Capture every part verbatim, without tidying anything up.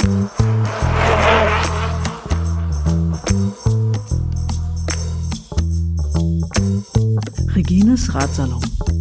Regines Ratsalon.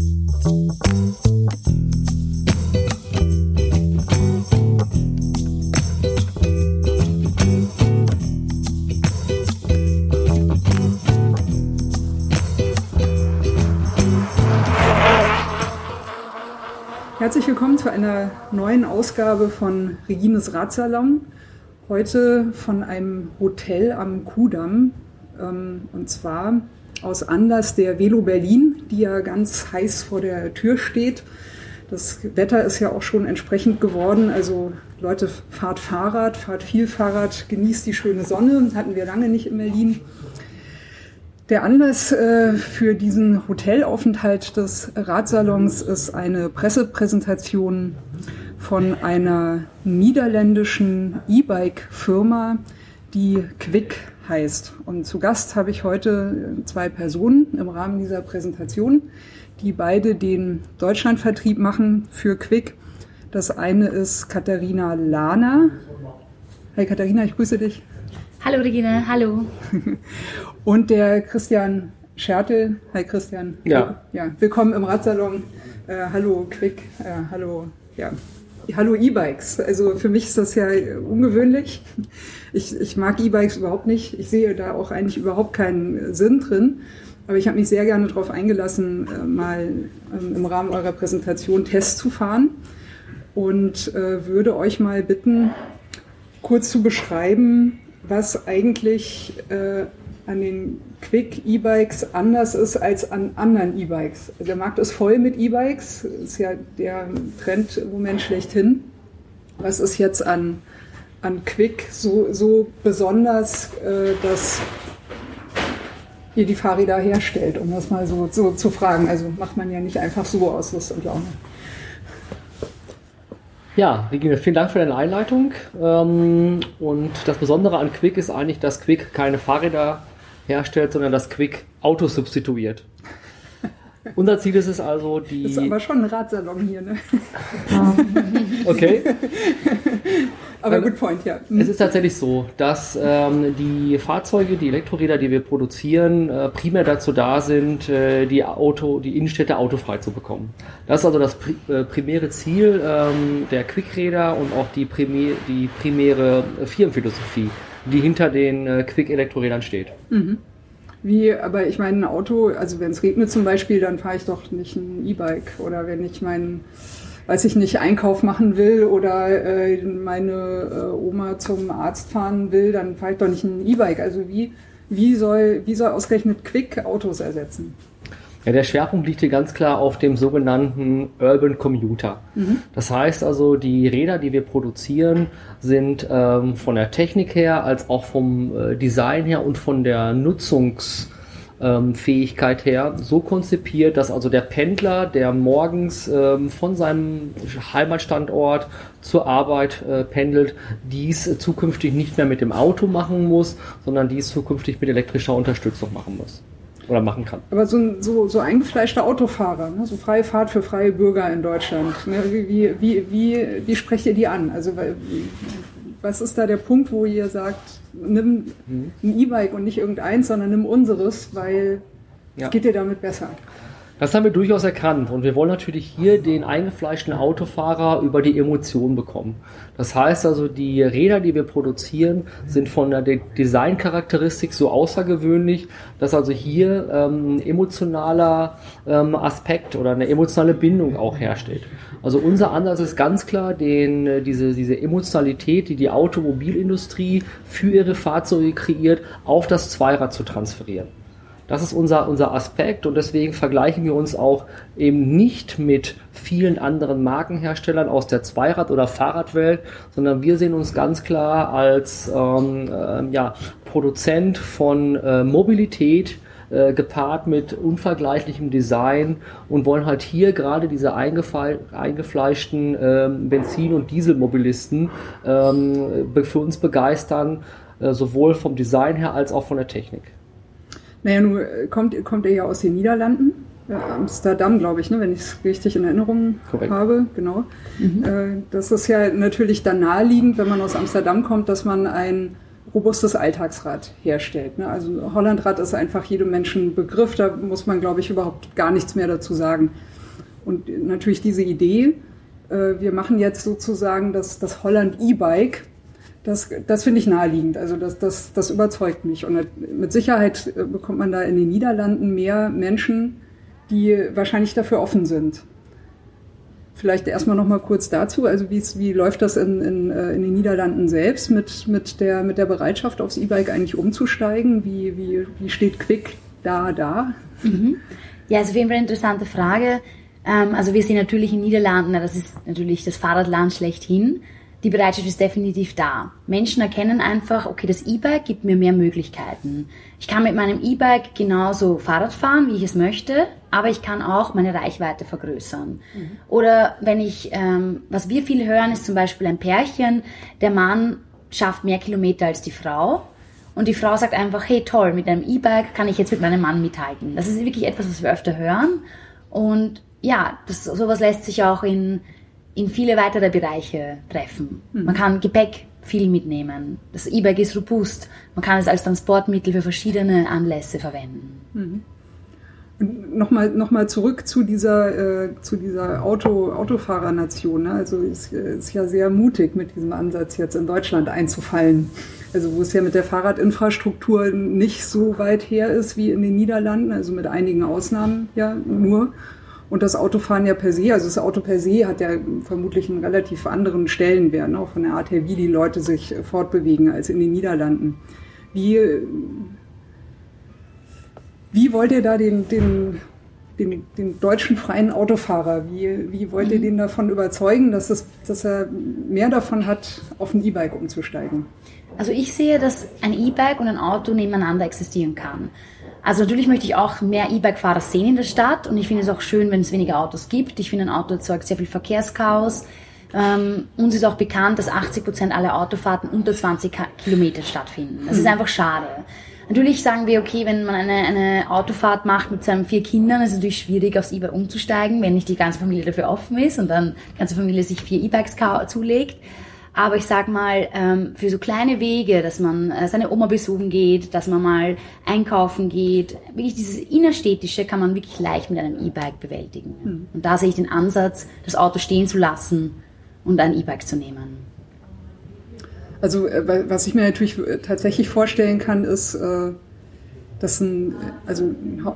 Herzlich willkommen zu einer neuen Ausgabe von Regines Ratsalon. Heute von einem Hotel am Kudamm, ähm, und zwar aus Anlass der Velo Berlin, die ja ganz heiß vor der Tür steht. Das Wetter ist ja auch schon entsprechend geworden. Also Leute, fahrt Fahrrad, fahrt viel Fahrrad, genießt die schöne Sonne. Hatten wir lange nicht in Berlin. Der Anlass äh, für diesen Hotelaufenthalt des Ratsalons ist eine Pressepräsentation von einer niederländischen E-Bike-Firma, die Kwik heißt. Und zu Gast habe ich heute zwei Personen im Rahmen dieser Präsentation, die beide den Deutschlandvertrieb machen für Kwik. Das eine ist Katharina Lahner. Hi Katharina, ich grüße dich. Hallo Regine, hallo. Und der Christian Schertel. Hi Christian. Ja. Ja, willkommen im Ratsalon. Äh, hallo Kwik. Äh, hallo, ja. Hallo E-Bikes. Also für mich ist das ja ungewöhnlich. Ich, ich mag E-Bikes überhaupt nicht. Ich sehe da auch eigentlich überhaupt keinen Sinn drin. Aber ich habe mich sehr gerne darauf eingelassen, äh, mal ähm, im Rahmen eurer Präsentation Test zu fahren. Und äh, würde euch mal bitten, kurz zu beschreiben, was eigentlich äh, an den Kwik E-Bikes anders ist als an anderen E-Bikes. Der Markt ist voll mit E-Bikes, ist ja der Trend im Moment schlechthin. Was ist jetzt an, an Kwik so, so besonders, äh, dass ihr die Fahrräder herstellt, um das mal so, so zu fragen? Also macht man ja nicht einfach so aus Lust und Laune. Ja, Regine, vielen Dank für deine Einleitung. Und das Besondere an Kwik ist eigentlich, dass Kwik keine Fahrräder herstellt, sondern dass Kwik Autos substituiert. Unser Ziel ist es also, die... Das ist aber schon ein Ratsalon hier, ne? Okay. Aber good point, ja. Es ist tatsächlich so, dass ähm, die Fahrzeuge, die Elektroräder, die wir produzieren, äh, primär dazu da sind, äh, die Auto, die Innenstädte autofrei zu bekommen. Das ist also das pri äh, primäre Ziel ähm, der Kwik-Räder und auch die, primä die primäre äh, Firmenphilosophie, die hinter den äh, Kwik-Elektrorädern steht. Mhm. Wie, aber ich meine, ein Auto, also wenn es regnet zum Beispiel, dann fahre ich doch nicht ein E-Bike. Oder wenn ich meinen, weiß ich nicht, Einkauf machen will oder äh, meine äh, Oma zum Arzt fahren will, dann fahre ich doch nicht ein E-Bike. Also wie, wie, soll, wie soll ausgerechnet Kwik Autos ersetzen? Ja, der Schwerpunkt liegt hier ganz klar auf dem sogenannten Urban Commuter. Mhm. Das heißt also, die Räder, die wir produzieren, sind ähm, von der Technik her, als auch vom äh, Design her und von der Nutzungsfähigkeit ähm, her so konzipiert, dass also der Pendler, der morgens ähm, von seinem Heimatstandort zur Arbeit äh, pendelt, dies äh, zukünftig nicht mehr mit dem Auto machen muss, sondern dies zukünftig mit elektrischer Unterstützung machen muss. Oder machen kann. Aber so ein so, so eingefleischter Autofahrer, ne? So freie Fahrt für freie Bürger in Deutschland, ne? wie, wie, wie, wie, wie sprecht ihr die an? Also was ist da der Punkt, wo ihr sagt, nimm mhm. ein E-Bike und nicht irgendeins, sondern nimm unseres, weil ja. geht dir damit besser? Das haben wir durchaus erkannt und wir wollen natürlich hier den eingefleischten Autofahrer über die Emotion bekommen. Das heißt also, die Räder, die wir produzieren, sind von der De- Designcharakteristik so außergewöhnlich, dass also hier ähm, ein emotionaler ähm, Aspekt oder eine emotionale Bindung auch hersteht. Also unser Ansatz ist ganz klar, den, diese, diese Emotionalität, die die Automobilindustrie für ihre Fahrzeuge kreiert, auf das Zweirad zu transferieren. Das ist unser, unser Aspekt und deswegen vergleichen wir uns auch eben nicht mit vielen anderen Markenherstellern aus der Zweirad- oder Fahrradwelt, sondern wir sehen uns ganz klar als ähm, äh, ja, Produzent von äh, Mobilität, äh, gepaart mit unvergleichlichem Design und wollen halt hier gerade diese eingefle- eingefleischten äh, Benzin- und Dieselmobilisten ähm, für uns begeistern, äh, sowohl vom Design her als auch von der Technik. Naja, nun kommt, kommt ihr ja aus den Niederlanden Ja, Amsterdam, glaube ich, ne, wenn ich es richtig in Erinnerung Korrekt. habe. Genau. Mhm. Äh, das ist ja natürlich dann naheliegend, wenn man aus Amsterdam kommt, dass man ein robustes Alltagsrad herstellt. Ne? Also Hollandrad ist einfach jedem Menschen ein Begriff, da muss man, glaube ich, überhaupt gar nichts mehr dazu sagen. Und natürlich diese Idee, äh, wir machen jetzt sozusagen das, das Holland E-Bike, das, das finde ich naheliegend. Also das, das, das überzeugt mich. Und mit Sicherheit bekommt man da in den Niederlanden mehr Menschen, die wahrscheinlich dafür offen sind. Vielleicht erstmal noch mal kurz dazu, also wie, wie läuft das in, in, in den Niederlanden selbst mit, mit, der, mit der Bereitschaft, aufs E-Bike eigentlich umzusteigen? Wie, wie, wie steht Kwik da, da? Mhm. Ja, also auf jeden Fall eine interessante Frage. Ähm, also wir sehen natürlich in den Niederlanden, das ist natürlich das Fahrradland schlechthin, die Bereitschaft ist definitiv da. Menschen erkennen einfach, okay, das E-Bike gibt mir mehr Möglichkeiten. Ich kann mit meinem E-Bike genauso Fahrrad fahren, wie ich es möchte, aber ich kann auch meine Reichweite vergrößern. Mhm. Oder wenn ich, ähm, was wir viel hören, ist zum Beispiel ein Pärchen, der Mann schafft mehr Kilometer als die Frau und die Frau sagt einfach, hey toll, mit einem E-Bike kann ich jetzt mit meinem Mann mithalten. Das ist wirklich etwas, was wir öfter hören und ja, das, sowas lässt sich auch in in viele weitere Bereiche treffen. Mhm. Man kann Gepäck viel mitnehmen. Das E-Bike ist robust. Man kann es als Transportmittel für verschiedene Anlässe verwenden. Mhm. Und nochmal noch mal zurück zu dieser, äh, zu dieser Auto, Autofahrernation. Ne? Also es ist ja sehr mutig, mit diesem Ansatz jetzt in Deutschland einzufallen. Also wo es ja mit der Fahrradinfrastruktur nicht so weit her ist wie in den Niederlanden, also mit einigen Ausnahmen ja nur. Und das Autofahren ja per se, also das Auto per se hat ja vermutlich einen relativ anderen Stellenwert, ne, auch von der Art her, wie die Leute sich fortbewegen als in den Niederlanden. Wie, wie wollt ihr da den, den, den, den deutschen freien Autofahrer, wie, wie wollt ihr den davon überzeugen, dass, es, dass er mehr davon hat, auf ein E-Bike umzusteigen? Also ich sehe, dass ein E-Bike und ein Auto nebeneinander existieren kann. Also natürlich möchte ich auch mehr E-Bike-Fahrer sehen in der Stadt und ich finde es auch schön, wenn es weniger Autos gibt. Ich finde, ein Auto erzeugt sehr viel Verkehrschaos. Ähm, uns ist auch bekannt, dass achtzig Prozent aller Autofahrten unter zwanzig Kilometer stattfinden. Das ist einfach schade. Natürlich sagen wir, okay, wenn man eine, eine Autofahrt macht mit seinen vier Kindern, ist es natürlich schwierig, aufs E-Bike umzusteigen, wenn nicht die ganze Familie dafür offen ist und dann die ganze Familie sich vier E-Bikes zulegt. Aber ich sag mal, für so kleine Wege, dass man seine Oma besuchen geht, dass man mal einkaufen geht, wirklich dieses Innerstädtische kann man wirklich leicht mit einem E-Bike bewältigen. Mhm. Und da sehe ich den Ansatz, das Auto stehen zu lassen und ein E-Bike zu nehmen. Also was ich mir natürlich tatsächlich vorstellen kann, ist, dass ein, also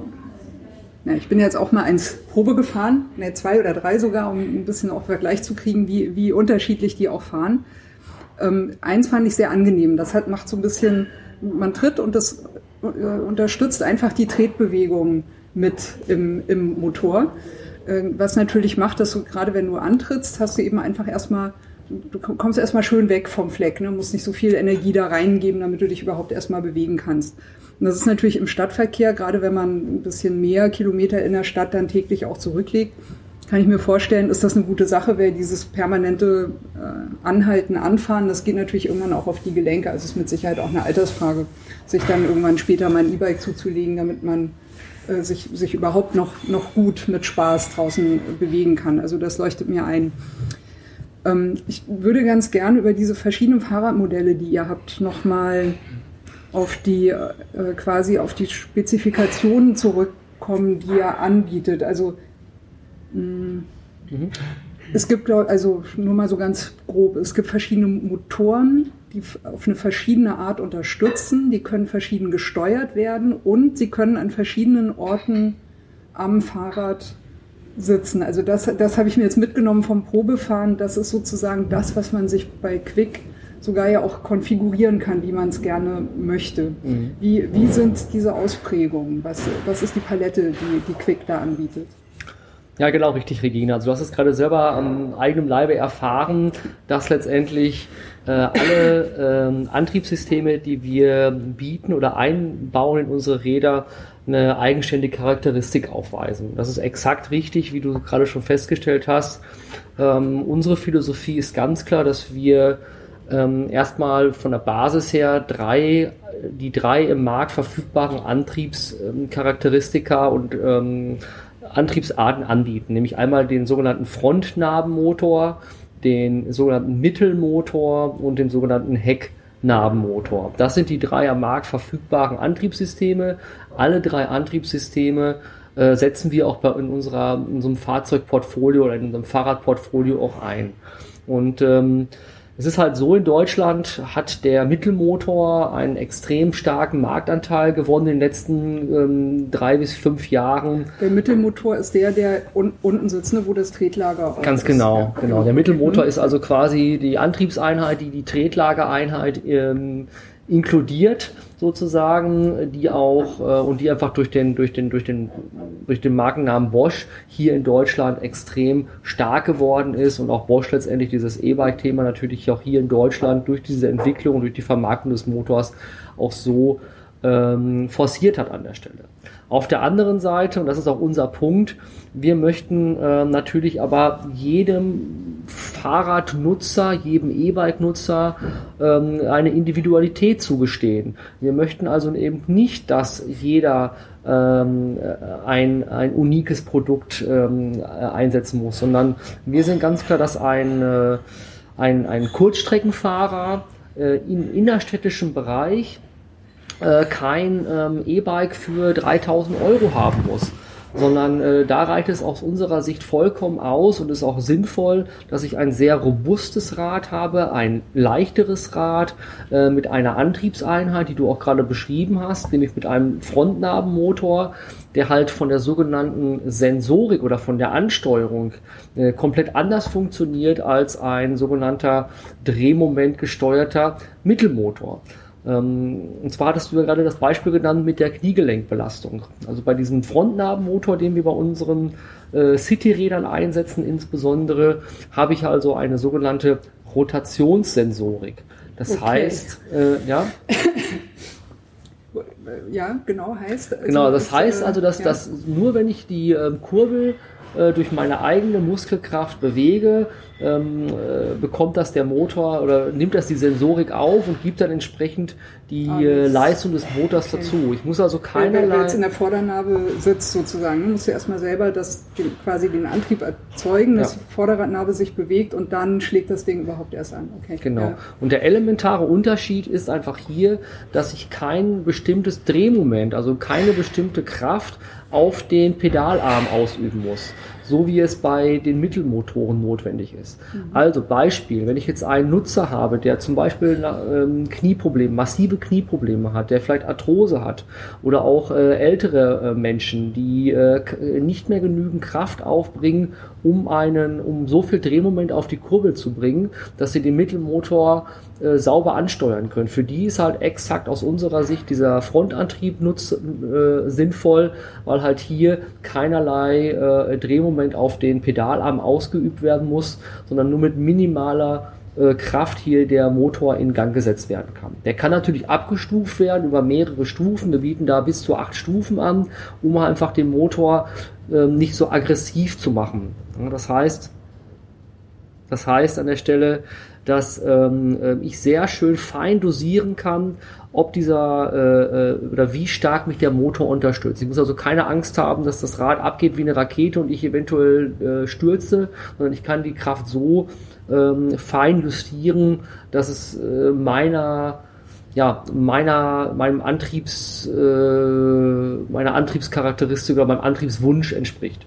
ja, ich bin jetzt auch mal eins Probe gefahren, ne, zwei oder drei sogar, um ein bisschen auch Vergleich zu kriegen, wie, wie unterschiedlich die auch fahren. Ähm, eins fand ich sehr angenehm. Das hat, macht so ein bisschen, man tritt und das äh, unterstützt einfach die Tretbewegung mit im, im Motor. Äh, was natürlich macht, dass du gerade wenn du antrittst, hast du eben einfach erstmal, du kommst erstmal schön weg vom Fleck, ne, musst nicht so viel Energie da reingeben, damit du dich überhaupt erstmal bewegen kannst. Und das ist natürlich im Stadtverkehr, gerade wenn man ein bisschen mehr Kilometer in der Stadt dann täglich auch zurücklegt, kann ich mir vorstellen, ist das eine gute Sache, weil dieses permanente äh, Anhalten, Anfahren, das geht natürlich irgendwann auch auf die Gelenke. Also es ist mit Sicherheit auch eine Altersfrage, sich dann irgendwann später mal ein E-Bike zuzulegen, damit man äh, sich, sich überhaupt noch, noch gut mit Spaß draußen bewegen kann. Also das leuchtet mir ein. Ähm, ich würde ganz gern über diese verschiedenen Fahrradmodelle, die ihr habt, nochmal auf die äh, quasi auf die Spezifikationen zurückkommen, die er anbietet. Also mh, mhm. es gibt, also nur mal so ganz grob, es gibt verschiedene Motoren, die auf eine verschiedene Art unterstützen, die können verschieden gesteuert werden und sie können an verschiedenen Orten am Fahrrad sitzen. Also das, das habe ich mir jetzt mitgenommen vom Probefahren. Das ist sozusagen das, was man sich bei Kwik sogar ja auch konfigurieren kann, wie man es gerne möchte. Mhm. Wie, wie sind diese Ausprägungen? Was, was ist die Palette, die, die Kwik da anbietet? Ja, genau, richtig, Regina. Also du hast es gerade selber am eigenen Leibe erfahren, dass letztendlich äh, alle äh, Antriebssysteme, die wir bieten oder einbauen in unsere Räder, eine eigenständige Charakteristik aufweisen. Das ist exakt richtig, wie du gerade schon festgestellt hast. Ähm, unsere Philosophie ist ganz klar, dass wir ähm, erstmal von der Basis her drei, die drei im Markt verfügbaren Antriebscharakteristika und ähm, Antriebsarten anbieten, nämlich einmal den sogenannten Frontnabenmotor, den sogenannten Mittelmotor und den sogenannten Hecknabenmotor. Das sind die drei am Markt verfügbaren Antriebssysteme. Alle drei Antriebssysteme äh, setzen wir auch bei, in, unserer, in unserem Fahrzeugportfolio oder in unserem Fahrradportfolio auch ein. Und ähm, es ist halt so, in Deutschland hat der Mittelmotor einen extrem starken Marktanteil gewonnen in den letzten ähm, drei bis fünf Jahren. Der Mittelmotor ist der, der un- unten sitzt, ne, wo das Tretlager auch Ganz ist. genau, Ja, genau. Der Mittelmotor ist also quasi die Antriebseinheit, die die Tretlagereinheit ähm, inkludiert sozusagen, die auch äh, und die einfach durch den durch den durch den durch den Markennamen Bosch hier in Deutschland extrem stark geworden ist und auch Bosch letztendlich dieses E-Bike-Thema natürlich auch hier in Deutschland durch diese Entwicklung und durch die Vermarktung des Motors auch so ähm, forciert hat an der Stelle. Auf der anderen Seite, und das ist auch unser Punkt, wir möchten äh, natürlich aber jedem Fahrradnutzer, jedem E-Bike-Nutzer ähm, eine Individualität zugestehen. Wir möchten also eben nicht, dass jeder ähm, ein, ein uniques Produkt ähm, einsetzen muss, sondern wir sind ganz klar, dass ein, äh, ein, ein Kurzstreckenfahrer äh, im innerstädtischen Bereich kein ähm, E-Bike für dreitausend Euro haben muss, sondern äh, da reicht es aus unserer Sicht vollkommen aus und ist auch sinnvoll, dass ich ein sehr robustes Rad habe, ein leichteres Rad äh, mit einer Antriebseinheit, die du auch gerade beschrieben hast, nämlich mit einem Frontnabenmotor, der halt von der sogenannten Sensorik oder von der Ansteuerung äh, komplett anders funktioniert als ein sogenannter drehmomentgesteuerter Mittelmotor. Und zwar hattest du ja gerade das Beispiel genannt mit der Kniegelenkbelastung. Also bei diesem Frontnabenmotor, den wir bei unseren äh, Cityrädern einsetzen insbesondere, habe ich also eine sogenannte Rotationssensorik. Das okay. heißt, äh, ja... Ja, genau, heißt... Also genau, das heißt also, dass, ja. dass nur wenn ich die äh, Kurbel äh, durch meine eigene Muskelkraft bewege, ähm, äh, bekommt das der Motor oder nimmt das die Sensorik auf und gibt dann entsprechend die ah, äh, Leistung des Motors okay. dazu. Ich muss also keinerlei... Wer jetzt in der Vordernarbe sitzt sozusagen, muss ja erstmal selber das, den, quasi den Antrieb erzeugen, dass ja. die Vorderradnabe sich bewegt und dann schlägt das Ding überhaupt erst an. Okay. Genau. Ja. Und der elementare Unterschied ist einfach hier, dass ich kein bestimmtes Drehmoment, also keine bestimmte Kraft auf den Pedalarm ausüben muss, so wie es bei den Mittelmotoren notwendig ist. Mhm. Also Beispiel, wenn ich jetzt einen Nutzer habe, der zum Beispiel ähm, Knieprobleme, massive Knieprobleme hat, der vielleicht Arthrose hat oder auch äh, ältere äh, Menschen, die äh, nicht mehr genügend Kraft aufbringen, um einen, um so viel Drehmoment auf die Kurbel zu bringen, dass sie den Mittelmotor äh, sauber ansteuern können. Für die ist halt exakt aus unserer Sicht dieser Frontantrieb nutz, äh, sinnvoll, weil halt hier keinerlei äh, Drehmoment auf den Pedalarm ausgeübt werden muss, sondern nur mit minimaler äh, Kraft hier der Motor in Gang gesetzt werden kann. Der kann natürlich abgestuft werden über mehrere Stufen. Wir bieten da bis zu acht Stufen an, um einfach den Motor äh, nicht so aggressiv zu machen. Ja, das heißt, das heißt an der Stelle, dass ähm, ich sehr schön fein dosieren kann, ob dieser äh, oder wie stark mich der Motor unterstützt. Ich muss also keine Angst haben, dass das Rad abgeht wie eine Rakete und ich eventuell äh, stürze, sondern ich kann die Kraft so ähm, fein justieren, dass es äh, meiner ja, meiner, meinem Antriebs, äh, meiner Antriebscharakteristik oder meinem Antriebswunsch entspricht.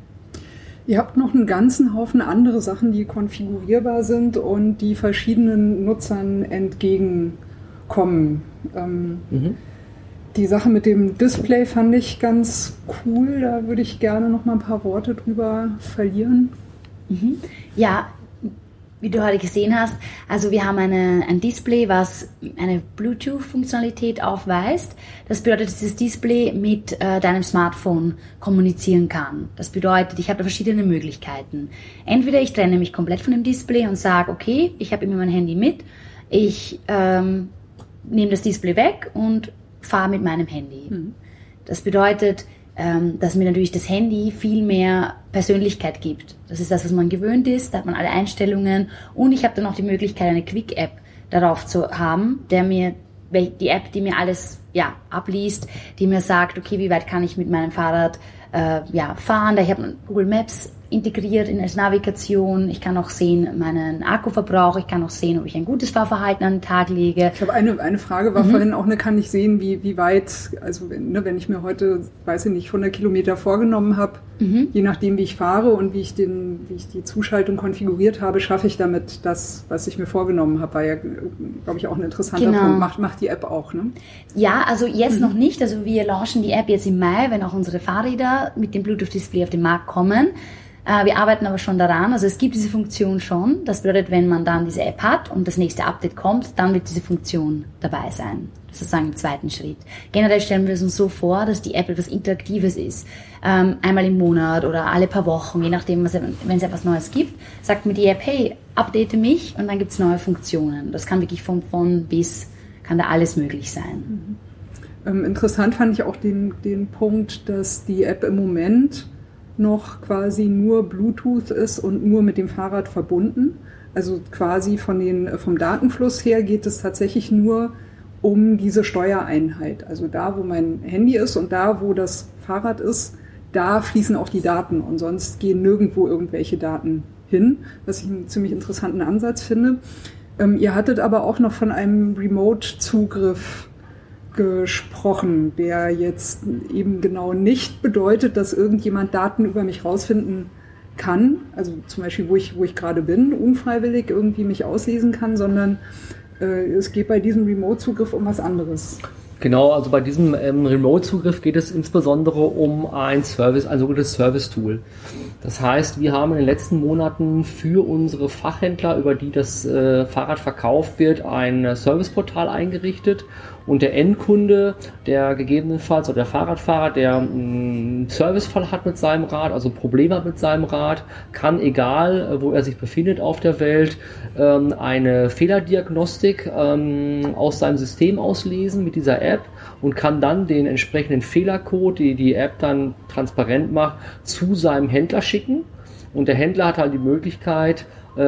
Ihr habt noch einen ganzen Haufen andere Sachen, die konfigurierbar sind und die verschiedenen Nutzern entgegenkommen. Ähm, mhm. Die Sache mit dem Display fand ich ganz cool. Da würde ich gerne noch mal ein paar Worte drüber verlieren. Mhm. Ja, wie du heute gesehen hast, also wir haben eine, ein Display, was eine Bluetooth-Funktionalität aufweist. Das bedeutet, dass dieses Display mit äh, deinem Smartphone kommunizieren kann. Das bedeutet, ich habe da verschiedene Möglichkeiten. Entweder ich trenne mich komplett von dem Display und sage, okay, ich habe immer mein Handy mit, ich ähm, nehme das Display weg und fahre mit meinem Handy. Mhm. Das bedeutet, ähm, dass mir natürlich das Handy viel mehr Persönlichkeit gibt. Das ist das, was man gewöhnt ist, da hat man alle Einstellungen und ich habe dann auch die Möglichkeit, eine Quick-App darauf zu haben, der mir, die App, die mir alles ja, abliest, die mir sagt, okay, wie weit kann ich mit meinem Fahrrad äh, ja, fahren. Ich habe Google Maps integriert in als Navigation. Ich kann auch sehen meinen Akkuverbrauch. Ich kann auch sehen, ob ich ein gutes Fahrverhalten an den Tag lege. Ich habe eine, eine Frage, war mhm. vorhin auch, ne, kann ich sehen, wie, wie weit, also ne, wenn ich mir heute, weiß ich nicht, hundert Kilometer vorgenommen habe, mhm. je nachdem, wie ich fahre und wie ich, den, wie ich die Zuschaltung konfiguriert habe, schaffe ich damit das, was ich mir vorgenommen habe. War ja, glaube ich, auch ein interessanter genau. Punkt. Macht, macht die App auch, ne? Ja, also jetzt mhm. noch nicht. Also wir launchen die App jetzt im Mai, wenn auch unsere Fahrräder mit dem Bluetooth-Display auf den Markt kommen. Wir arbeiten aber schon daran, also es gibt diese Funktion schon. Das bedeutet, wenn man dann diese App hat und das nächste Update kommt, dann wird diese Funktion dabei sein. Das ist sozusagen im zweiten Schritt. Generell stellen wir es uns so vor, dass die App etwas Interaktives ist. Ähm, einmal im Monat oder alle paar Wochen, je nachdem, was, wenn es etwas Neues gibt, sagt mir die App, hey, update mich und dann gibt es neue Funktionen. Das kann wirklich von von bis, kann da alles möglich sein. Mhm. Ähm, interessant fand ich auch den, den Punkt, dass die App im Moment noch quasi nur Bluetooth ist und nur mit dem Fahrrad verbunden. Also quasi von den, vom Datenfluss her geht es tatsächlich nur um diese Steuereinheit. Also da, wo mein Handy ist und da, wo das Fahrrad ist, da fließen auch die Daten und sonst gehen nirgendwo irgendwelche Daten hin, was ich einen ziemlich interessanten Ansatz finde. Ähm, ihr hattet aber auch noch von einem Remote-Zugriff gesprochen, der jetzt eben genau nicht bedeutet, dass irgendjemand Daten über mich rausfinden kann, also zum Beispiel, wo ich, wo ich gerade bin, unfreiwillig irgendwie mich auslesen kann, sondern äh, es geht bei diesem Remote-Zugriff um was anderes. Genau, also bei diesem ähm, Remote-Zugriff geht es insbesondere um ein Service, ein sogenanntes Service-Tool. Das heißt, wir haben in den letzten Monaten für unsere Fachhändler, über die das äh, Fahrrad verkauft wird, ein Serviceportal eingerichtet. Und der Endkunde, der gegebenenfalls, oder der Fahrradfahrer, der einen Servicefall hat mit seinem Rad, also Probleme hat mit seinem Rad, kann, egal wo er sich befindet auf der Welt, eine Fehlerdiagnostik aus seinem System auslesen mit dieser App und kann dann den entsprechenden Fehlercode, die die App dann transparent macht, zu seinem Händler schicken. Und der Händler hat halt die Möglichkeit,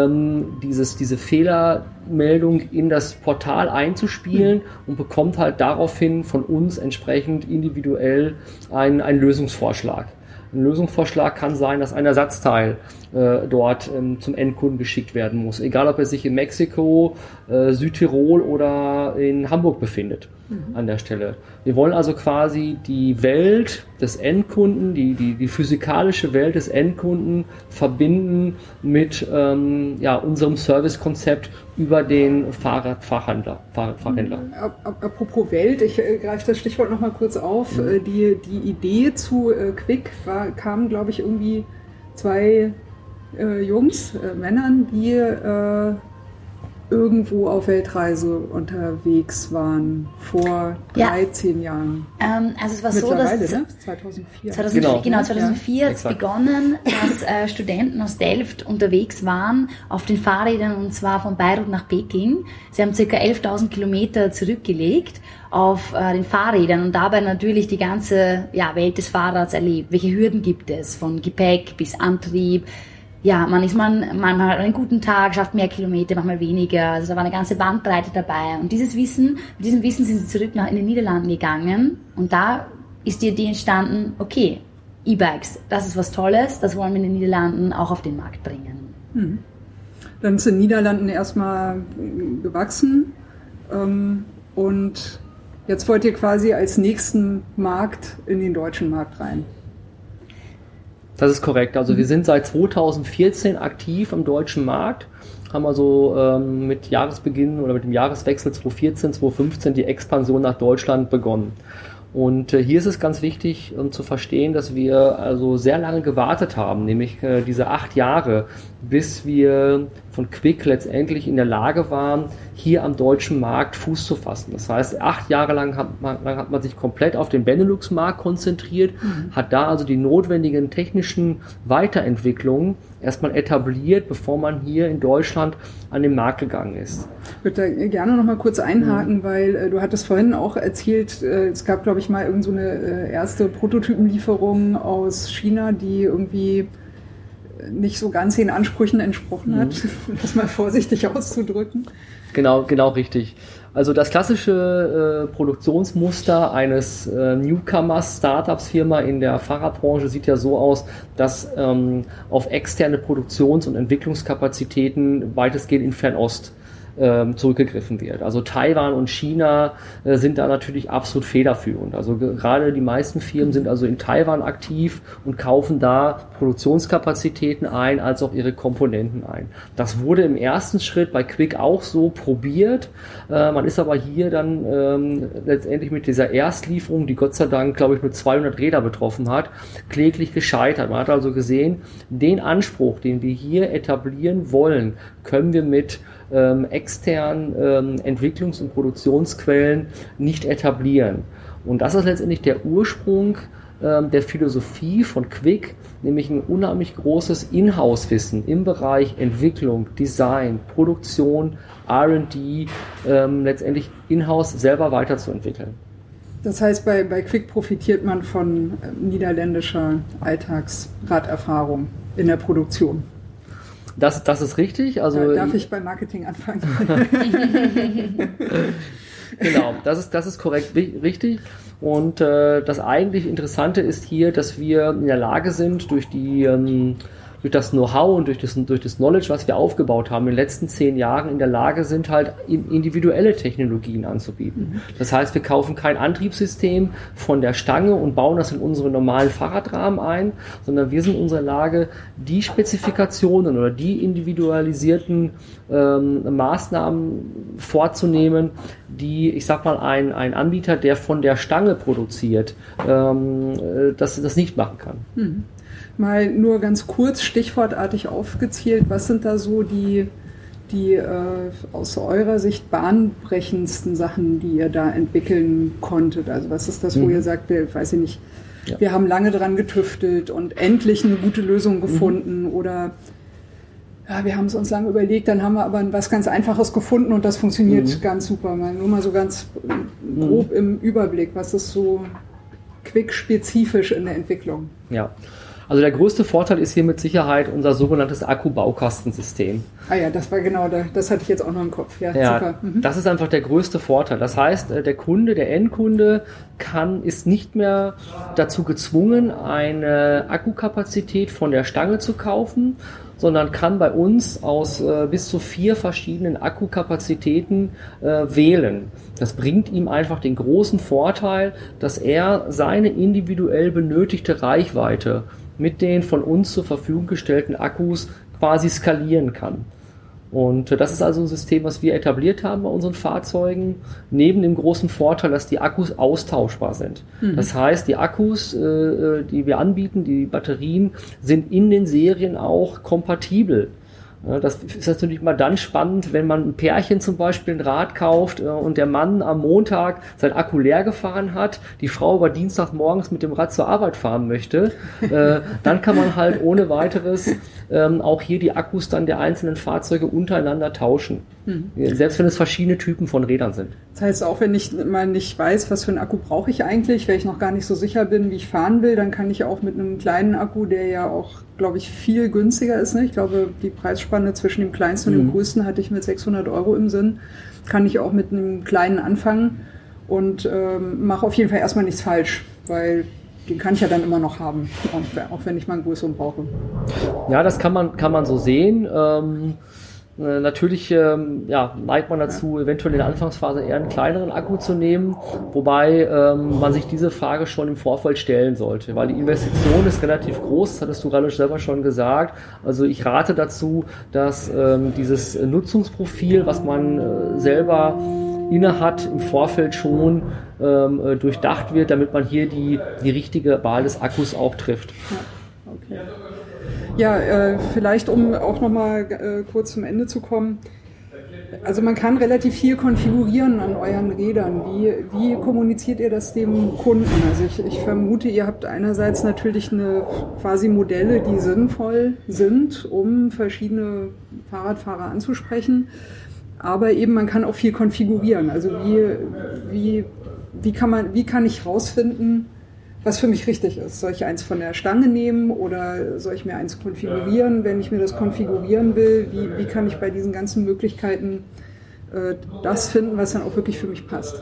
dieses, diese Fehlermeldung in das Portal einzuspielen und bekommt halt daraufhin von uns entsprechend individuell einen, einen Lösungsvorschlag. Ein Lösungsvorschlag kann sein, dass ein Ersatzteil äh, dort ähm, zum Endkunden geschickt werden muss, egal ob er sich in Mexiko, äh, Südtirol oder in Hamburg befindet. Mhm. An der Stelle. Wir wollen also quasi die Welt des Endkunden, die, die, die physikalische Welt des Endkunden verbinden mit ähm, ja, unserem Servicekonzept über den Fahrradfachhändler. Fahrradfachhändler. Apropos Welt, ich äh, greife das Stichwort nochmal kurz auf. Mhm. Die, die Idee zu äh, Quick war, kam, glaube ich, irgendwie zwei äh, Jungs, äh, Männern, die äh, irgendwo auf Weltreise unterwegs waren vor ja. dreizehn Jahren. Ähm, also es war so, dass ne? zweitausendvier. zweitausendvier genau. genau, zweitausendvier hat es begonnen, dass äh, Studenten aus Delft unterwegs waren auf den Fahrrädern und zwar von Beirut nach Peking. Sie haben ca. elftausend Kilometer zurückgelegt auf äh, den Fahrrädern und dabei natürlich die ganze ja, Welt des Fahrrads erlebt. Welche Hürden gibt es, von Gepäck bis Antrieb? Ja, man ist man, manchmal hat einen guten Tag, schafft mehr Kilometer, manchmal weniger. Also da war eine ganze Bandbreite dabei. Und dieses Wissen, mit diesem Wissen sind sie zurück nach in den Niederlanden gegangen. Und da ist die Idee entstanden, okay, E-Bikes, das ist was Tolles, das wollen wir in den Niederlanden auch auf den Markt bringen. Hm. Dann ist in den Niederlanden erstmal gewachsen. Ähm, und jetzt wollt ihr quasi als nächsten Markt in den deutschen Markt rein. Das ist korrekt. Also wir sind seit zweitausendvierzehn aktiv im deutschen Markt, haben also ähm, mit Jahresbeginn oder mit dem Jahreswechsel zweitausendvierzehn, zweitausendfünfzehn die Expansion nach Deutschland begonnen. Und äh, hier ist es ganz wichtig um, zu verstehen, dass wir also sehr lange gewartet haben, nämlich äh, diese acht Jahre, bis wir von Quick letztendlich in der Lage waren, hier am deutschen Markt Fuß zu fassen. Das heißt, acht Jahre lang hat man, lang hat man sich komplett auf den Benelux-Markt konzentriert, mhm. hat da also die notwendigen technischen Weiterentwicklungen erstmal etabliert, bevor man hier in Deutschland an den Markt gegangen ist. Ich würde da gerne noch mal kurz einhaken, mhm. weil äh, du hattest vorhin auch erzählt, äh, es gab, glaube ich, mal irgend so eine äh, erste Prototypenlieferung aus China, die irgendwie nicht so ganz den Ansprüchen entsprochen hat, mhm. um das mal vorsichtig auszudrücken. Genau, genau richtig. Also das klassische äh, Produktionsmuster eines äh, Newcomers, Startups-Firma in der Fahrradbranche sieht ja so aus, dass ähm, auf externe Produktions- und Entwicklungskapazitäten weitestgehend in Fernost ähm, zurückgegriffen wird. Also Taiwan und China äh, sind da natürlich absolut federführend. Also gerade die meisten Firmen sind also in Taiwan aktiv und kaufen da Produktionskapazitäten ein, als auch ihre Komponenten ein. Das wurde im ersten Schritt bei Quick auch so probiert. Äh, man ist aber hier dann ähm, letztendlich mit dieser Erstlieferung, die Gott sei Dank, glaube ich, nur zweihundert Räder betroffen hat, kläglich gescheitert. Man hat also gesehen, den Anspruch, den wir hier etablieren wollen, können wir mit ähm, externen ähm, Entwicklungs- und Produktionsquellen nicht etablieren. Und das ist letztendlich der Ursprung ähm, der Philosophie von Quick, nämlich ein unheimlich großes Inhouse-Wissen im Bereich Entwicklung, Design, Produktion, R und D ähm, letztendlich in-house selber weiterzuentwickeln. Das heißt, bei, bei Quick profitiert man von äh, niederländischer Alltagsraderfahrung in der Produktion. Das, das ist richtig. Also ja, darf ich beim Marketing anfangen? Genau, das ist, das ist korrekt richtig. Und äh, das eigentlich Interessante ist hier, dass wir in der Lage sind, durch die ähm, durch das Know-how und durch das, durch das Knowledge, was wir aufgebaut haben in den letzten zehn Jahren, in der Lage sind, halt individuelle Technologien anzubieten. Mhm. Das heißt, wir kaufen kein Antriebssystem von der Stange und bauen das in unsere normalen Fahrradrahmen ein, sondern wir sind in unserer Lage, die Spezifikationen oder die individualisierten ähm, Maßnahmen vorzunehmen, die, ich sag mal, ein, ein Anbieter, der von der Stange produziert, ähm, das, das nicht machen kann. Mhm. Mal nur ganz kurz stichwortartig aufgezählt, was sind da so die, die äh, aus eurer Sicht bahnbrechendsten Sachen, die ihr da entwickeln konntet? Also was ist das, wo mhm. ihr sagt, wir, weiß ich nicht, ja. wir haben lange dran getüftelt und endlich eine gute Lösung gefunden mhm. oder ja, wir haben es uns lange überlegt, dann haben wir aber was ganz Einfaches gefunden und das funktioniert mhm. ganz super. Mal, nur mal so ganz grob mhm. im Überblick, was ist so Quick-spezifisch in der Entwicklung? Ja. Also der größte Vorteil ist hier mit Sicherheit unser sogenanntes Akku-Baukastensystem. Ah ja, das war genau, das hatte ich jetzt auch noch im Kopf. Ja, ja super. Mhm. Das ist einfach der größte Vorteil. Das heißt, der Kunde, der Endkunde kann, ist nicht mehr dazu gezwungen, eine Akkukapazität von der Stange zu kaufen, sondern kann bei uns aus äh, bis zu vier verschiedenen Akkukapazitäten äh, wählen. Das bringt ihm einfach den großen Vorteil, dass er seine individuell benötigte Reichweite mit den von uns zur Verfügung gestellten Akkus quasi skalieren kann. Und das ist also ein System, was wir etabliert haben bei unseren Fahrzeugen, neben dem großen Vorteil, dass die Akkus austauschbar sind. Mhm. Das heißt, die Akkus, äh, die wir anbieten, die Batterien, sind in den Serien auch kompatibel. Das ist natürlich mal dann spannend, wenn man ein Pärchen zum Beispiel ein Rad kauft und der Mann am Montag sein Akku leer gefahren hat, die Frau aber Dienstagmorgens mit dem Rad zur Arbeit fahren möchte, dann kann man halt ohne weiteres auch hier die Akkus dann der einzelnen Fahrzeuge untereinander tauschen. Mhm. Selbst wenn es verschiedene Typen von Rädern sind. Das heißt, auch wenn ich mal nicht weiß, was für einen Akku brauche ich eigentlich, weil ich noch gar nicht so sicher bin, wie ich fahren will, dann kann ich auch mit einem kleinen Akku, der ja auch, glaube ich, viel günstiger ist. Ne? Ich glaube, die Preisspanne zwischen dem kleinsten und dem größten hatte ich mit sechshundert Euro im Sinn. Kann ich auch mit einem kleinen anfangen und ähm, mache auf jeden Fall erstmal nichts falsch, weil den kann ich ja dann immer noch haben, auch wenn ich mal einen größeren brauche. Ja, das kann man, kann man so sehen. Ähm Äh, natürlich ähm, ja, neigt man dazu, eventuell in der Anfangsphase eher einen kleineren Akku zu nehmen, wobei ähm, man sich diese Frage schon im Vorfeld stellen sollte, weil die Investition ist relativ groß, das hattest du gerade selber schon gesagt. Also ich rate dazu, dass ähm, dieses Nutzungsprofil, was man äh, selber inne hat, im Vorfeld schon ähm, äh, durchdacht wird, damit man hier die, die richtige Wahl des Akkus auch trifft. Ja, okay. Ja, äh, vielleicht um auch nochmal äh, kurz zum Ende zu kommen. Also man kann relativ viel konfigurieren an euren Rädern. Wie, wie kommuniziert ihr das dem Kunden? Also ich, ich vermute, ihr habt einerseits natürlich eine quasi Modelle, die sinnvoll sind, um verschiedene Fahrradfahrer anzusprechen. Aber eben man kann auch viel konfigurieren. Also wie, wie, wie, kann man, wie kann ich rausfinden, was für mich richtig ist? Soll ich eins von der Stange nehmen oder soll ich mir eins konfigurieren? Wenn ich mir das konfigurieren will, wie, wie kann ich bei diesen ganzen Möglichkeiten äh, das finden, was dann auch wirklich für mich passt.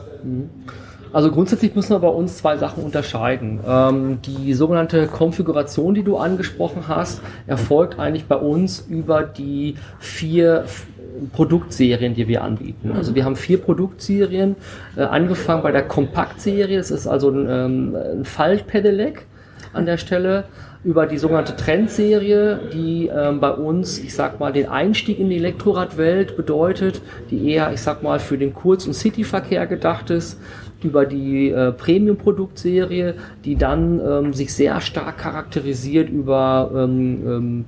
Also grundsätzlich müssen wir bei uns zwei Sachen unterscheiden. Ähm, die sogenannte Konfiguration, die du angesprochen hast, erfolgt eigentlich bei uns über die vier Produktserien, die wir anbieten. Also wir haben vier Produktserien, äh, angefangen bei der Kompaktserie, das ist also ein, ähm, ein Faltpedelec an der Stelle, über die sogenannte Trendserie, die ähm, bei uns, ich sag mal, den Einstieg in die Elektroradwelt bedeutet, die eher, ich sag mal, für den Kurz- und Cityverkehr gedacht ist, über die äh, Premium-Produktserie, die dann ähm, sich sehr stark charakterisiert über ähm, ähm,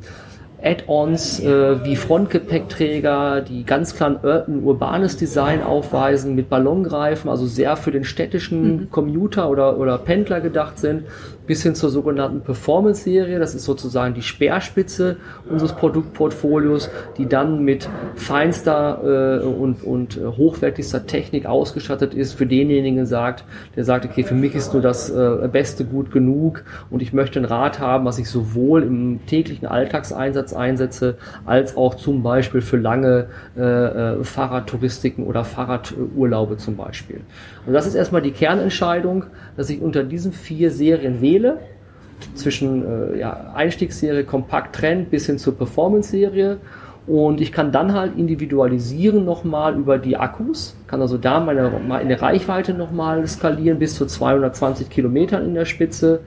Add-ons äh, wie Frontgepäckträger, die ganz klar ein urbanes Design aufweisen mit Ballongreifen, also sehr für den städtischen mhm. Commuter oder, oder Pendler gedacht sind, bis hin zur sogenannten Performance-Serie. Das ist sozusagen die Speerspitze unseres Produktportfolios, die dann mit feinster äh, und, und hochwertigster Technik ausgestattet ist, für denjenigen sagt, der sagt, okay, für mich ist nur das äh, Beste gut genug und ich möchte ein Rad haben, was ich sowohl im täglichen Alltagseinsatz einsetze, als auch zum Beispiel für lange äh, Fahrradtouristiken oder Fahrradurlaube zum Beispiel. Und das ist erstmal die Kernentscheidung, dass ich unter diesen vier Serien wähle, zwischen äh, ja, Einstiegsserie, Kompakt, Trend bis hin zur Performance-Serie. Und ich kann dann halt individualisieren nochmal über die Akkus, kann also da meine, meine Reichweite nochmal skalieren bis zu zweihundertzwanzig Kilometern in der Spitze.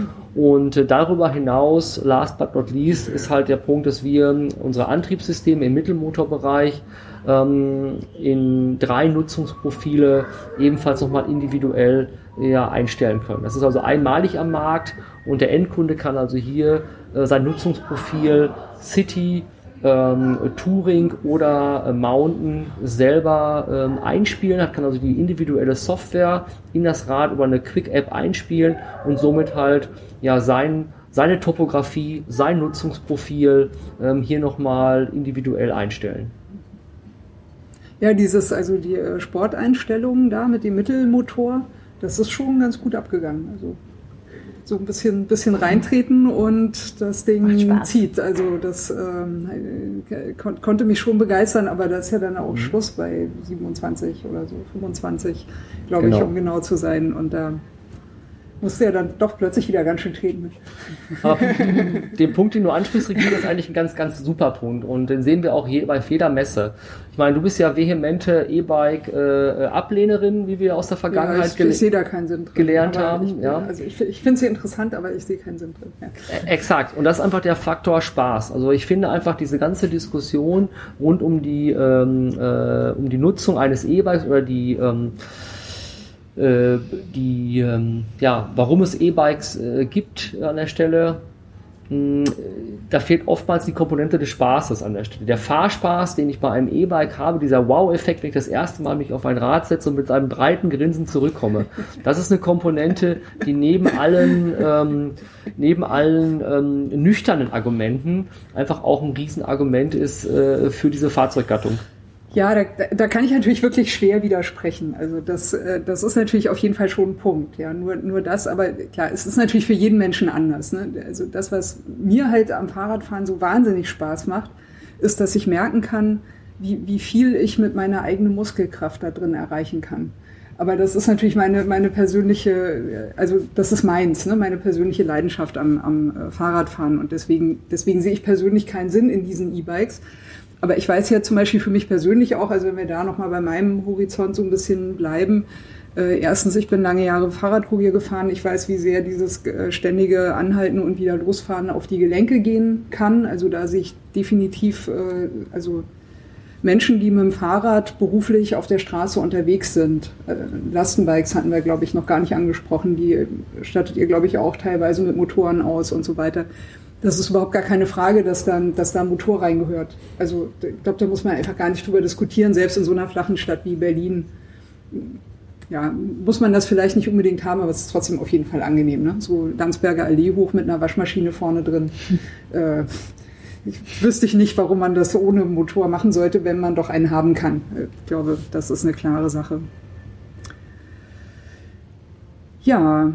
Und äh, darüber hinaus, last but not least, ist halt der Punkt, dass wir unsere Antriebssysteme im Mittelmotorbereich ähm, in drei Nutzungsprofile ebenfalls nochmal individuell ja, einstellen können. Das ist also einmalig am Markt und der Endkunde kann also hier äh, sein Nutzungsprofil City, Ähm, Touring oder äh, Mountain selber ähm, einspielen hat, kann also die individuelle Software in das Rad über eine Quick-App einspielen und somit halt ja sein, seine Topografie, sein Nutzungsprofil ähm, hier nochmal individuell einstellen. Ja, dieses, also die Sporteinstellungen da mit dem Mittelmotor, das ist schon ganz gut abgegangen. Also so ein bisschen, bisschen reintreten und das Ding zieht. Also das ähm, kon- konnte mich schon begeistern, aber das ist ja dann auch mhm. Schluss bei siebenundzwanzig oder so, fünfundzwanzig, glaube genau. ich, um genau zu sein. Und da musste ja dann doch plötzlich wieder ganz schön treten. Den Punkt, den du ansprichst, Regina, ist eigentlich ein ganz, ganz super Punkt. Und den sehen wir auch hier bei jeder Messe. Ich meine, du bist ja vehemente E-Bike-Ablehnerin, äh, wie wir aus der Vergangenheit ja, ich, gele- ich sehe da keinen Sinn drin, gelernt haben. Ich, ja. Also ich, ich finde sie interessant, aber ich sehe keinen Sinn drin. Ja. Exakt. Und das ist einfach der Faktor Spaß. Also ich finde einfach diese ganze Diskussion rund um die, ähm, äh, um die Nutzung eines E-Bikes oder die ähm, die, ähm, ja, warum es E-Bikes äh, gibt an der Stelle, mh, da fehlt oftmals die Komponente des Spaßes an der Stelle. Der Fahrspaß, den ich bei einem E-Bike habe, dieser Wow-Effekt, wenn ich das erste Mal mich auf ein Rad setze und mit einem breiten Grinsen zurückkomme, das ist eine Komponente, die neben allen, ähm, neben allen ähm, nüchternen Argumenten einfach auch ein Riesenargument ist äh, für diese Fahrzeuggattung. Ja, da, da kann ich natürlich wirklich schwer widersprechen. Also das, das ist natürlich auf jeden Fall schon ein Punkt. Ja, nur, nur das, aber klar, es ist natürlich für jeden Menschen anders. Ne? Also das, was mir halt am Fahrradfahren so wahnsinnig Spaß macht, ist, dass ich merken kann, wie, wie viel ich mit meiner eigenen Muskelkraft da drin erreichen kann. Aber das ist natürlich meine, meine persönliche, also das ist meins, ne? Meine persönliche Leidenschaft am, am Fahrradfahren. Und deswegen, deswegen sehe ich persönlich keinen Sinn in diesen E-Bikes. Aber ich weiß ja zum Beispiel für mich persönlich auch, also wenn wir da nochmal bei meinem Horizont so ein bisschen bleiben, äh, erstens, ich bin lange Jahre Fahrradkurier gefahren, ich weiß, wie sehr dieses äh, ständige Anhalten und wieder losfahren auf die Gelenke gehen kann. Also da sehe ich definitiv, äh, also Menschen, die mit dem Fahrrad beruflich auf der Straße unterwegs sind. Äh, Lastenbikes hatten wir, glaube ich, noch gar nicht angesprochen, die stattet ihr, glaube ich, auch teilweise mit Motoren aus und so weiter. Das ist überhaupt gar keine Frage, dass da, dass da ein Motor reingehört. Also ich glaube, da muss man einfach gar nicht drüber diskutieren. Selbst in so einer flachen Stadt wie Berlin, ja, muss man das vielleicht nicht unbedingt haben, aber es ist trotzdem auf jeden Fall angenehm. Ne? So Landsberger Allee hoch mit einer Waschmaschine vorne drin. äh, ich wüsste ich nicht, warum man das ohne Motor machen sollte, wenn man doch einen haben kann. Ich glaube, das ist eine klare Sache. Ja.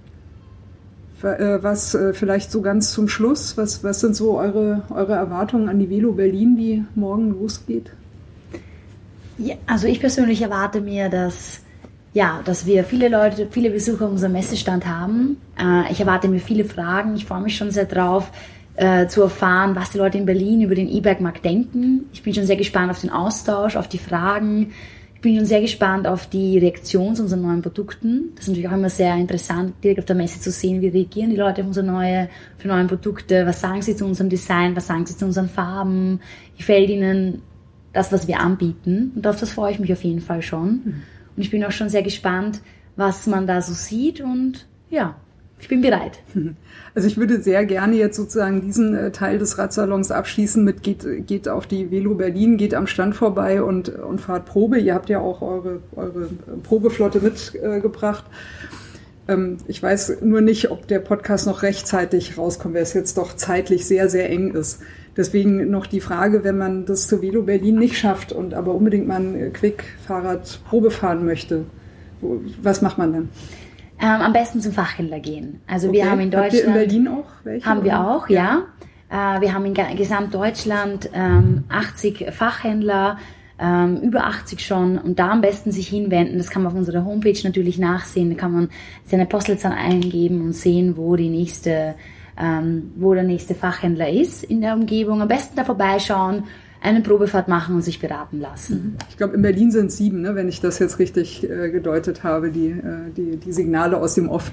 Was vielleicht so ganz zum Schluss, was, was sind so eure, eure Erwartungen an die Velo Berlin, die morgen losgeht? Ja, also ich persönlich erwarte mir, dass, ja, dass wir viele Leute, viele Besucher auf unserem Messestand haben. Äh, ich erwarte mir viele Fragen. Ich freue mich schon sehr drauf, äh, zu erfahren, was die Leute in Berlin über den E-Bike-Markt denken. Ich bin schon sehr gespannt auf den Austausch, auf die Fragen. Ich bin schon sehr gespannt auf die Reaktion zu unseren neuen Produkten. Das ist natürlich auch immer sehr interessant, direkt auf der Messe zu sehen, wie reagieren die Leute auf unsere neue, für neue Produkte. Was sagen sie zu unserem Design? Was sagen sie zu unseren Farben? Gefällt ihnen das, was wir anbieten? Und auf das freue ich mich auf jeden Fall schon. Mhm. Und ich bin auch schon sehr gespannt, was man da so sieht. Und ja, ich bin bereit. Also ich würde sehr gerne jetzt sozusagen diesen äh, Teil des Radsalons abschließen mit geht, geht auf die Velo Berlin, geht am Stand vorbei und, und fahrt Probe. Ihr habt ja auch eure, eure Probeflotte mitgebracht. Äh, ähm, ich weiß nur nicht, ob der Podcast noch rechtzeitig rauskommt, weil es jetzt doch zeitlich sehr, sehr eng ist. Deswegen noch die Frage, wenn man das zur Velo Berlin nicht schafft und aber unbedingt mal ein Quick-Fahrrad Probe fahren möchte, was macht man dann? Ähm, am besten zum Fachhändler gehen. Also okay. wir haben in Deutschland... Habt ihr in Berlin auch welche? Haben wir auch, ja. ja. Äh, wir haben in Gesamtdeutschland ähm, achtzig Fachhändler, ähm, über achtzig schon, und da am besten sich hinwenden. Das kann man auf unserer Homepage natürlich nachsehen. Da kann man seine Postleitzahl eingeben und sehen, wo die nächste, ähm, wo der nächste Fachhändler ist in der Umgebung. Am besten da vorbeischauen, eine Probefahrt machen und sich beraten lassen. Ich glaube, in Berlin sind es sieben, ne, wenn ich das jetzt richtig äh, gedeutet habe, die, äh, die, die Signale aus dem Off.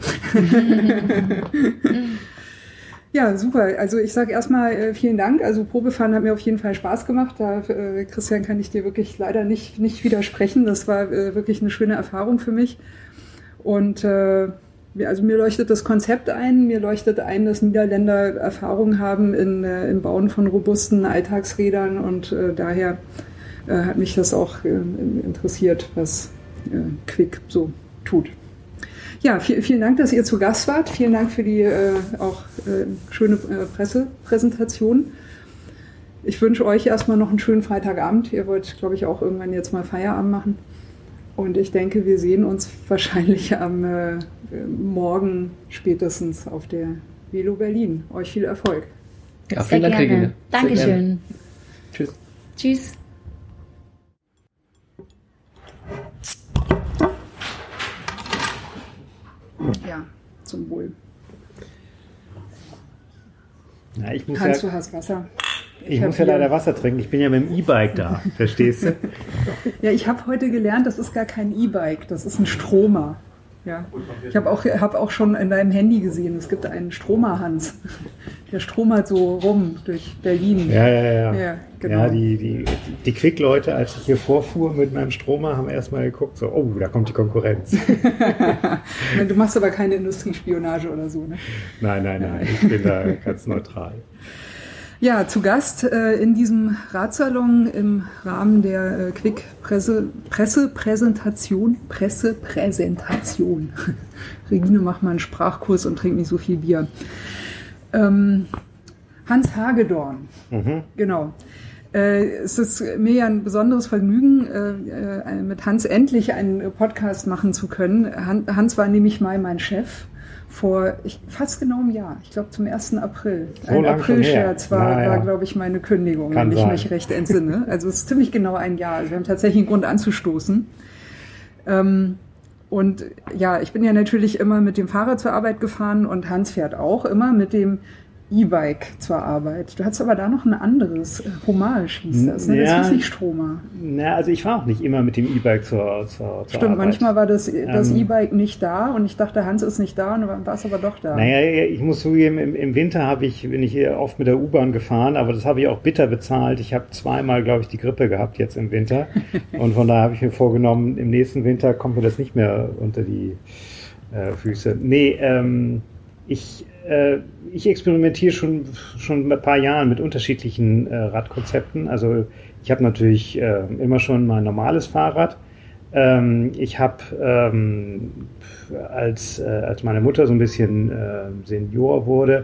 Ja, super. Also ich sage erstmal äh, vielen Dank. Also Probefahren hat mir auf jeden Fall Spaß gemacht. Da, äh, Christian, kann ich dir wirklich leider nicht, nicht widersprechen. Das war äh, wirklich eine schöne Erfahrung für mich. Und äh, also mir leuchtet das Konzept ein, mir leuchtet ein, dass Niederländer Erfahrung haben in, äh, im Bauen von robusten Alltagsrädern, und äh, daher äh, hat mich das auch äh, interessiert, was äh, Quick so tut. Ja, viel, vielen Dank, dass ihr zu Gast wart. Vielen Dank für die äh, auch äh, schöne äh, Pressepräsentation. Ich wünsche euch erstmal noch einen schönen Freitagabend. Ihr wollt, glaube ich, auch irgendwann jetzt mal Feierabend machen. Und ich denke, wir sehen uns wahrscheinlich am äh, Morgen spätestens auf der Velo Berlin. Euch viel Erfolg. Ja, vielen Dank, Regine. Dankeschön. Tschüss. Tschüss. Ja, zum Wohl. Na, ich muss Hans, ja, du hast Wasser. Ich, ich muss ja leider Wasser trinken. Ich bin ja mit dem E-Bike da, verstehst du? Ja, ich habe heute gelernt, das ist gar kein E-Bike, das ist ein Stromer. Ja. Ich habe auch, hab auch schon in deinem Handy gesehen, es gibt einen Stromer, Hans. Der stromert so rum durch Berlin. Ja, ja, ja. Ja, genau. Ja, die, die, die Quick-Leute, als ich hier vorfuhr mit meinem Stromer, haben erstmal geguckt, so, oh, da kommt die Konkurrenz. Du machst aber keine Industriespionage oder so, ne? Nein, nein, nein, ich bin da ganz neutral. Ja, zu Gast äh, in diesem Radsalon im Rahmen der äh, Quick-Pressepräsentation. Pressepräsentation. Regine, mach mal einen Sprachkurs und trink nicht so viel Bier. Ähm, Hans Hagedorn. Mhm. Genau. Äh, es ist mir ja ein besonderes Vergnügen, äh, äh, mit Hans endlich einen Podcast machen zu können. Han- Hans war nämlich mal mein Chef. Vor ich, fast genau einem Jahr, ich glaube zum ersten April. So ein Aprilscherz war, ja, ja. war glaube ich, meine Kündigung, Kann wenn ich sein. mich recht entsinne. Also es ist ziemlich genau ein Jahr. Also wir haben tatsächlich einen Grund anzustoßen. Ähm, und ja, ich bin ja natürlich immer mit dem Fahrrad zur Arbeit gefahren, und Hans fährt auch immer mit dem E-Bike zur Arbeit. Du hattest aber da noch ein anderes, Homage hieß das, ne? Ja. Das hieß nicht Stromer. Na, also ich fahre auch nicht immer mit dem E-Bike zur, zur, zur Stimmt, Arbeit. manchmal war das, das Ähm, E-Bike nicht da, und ich dachte, Hans ist nicht da, und dann war es aber doch da. Naja, ich muss zugeben, im, im Winter habe ich, bin ich hier oft mit der U-Bahn gefahren, aber das habe ich auch bitter bezahlt. Ich habe zweimal, glaube ich, die Grippe gehabt jetzt im Winter, und von daher habe ich mir vorgenommen, im nächsten Winter kommt mir das nicht mehr unter die äh, Füße. Nee, ähm, ich, äh, ich experimentiere schon, schon ein paar Jahren mit unterschiedlichen äh, Radkonzepten. Also ich habe natürlich äh, immer schon mein normales Fahrrad. Ähm, ich habe, ähm, als, äh, als meine Mutter so ein bisschen äh, Senior wurde,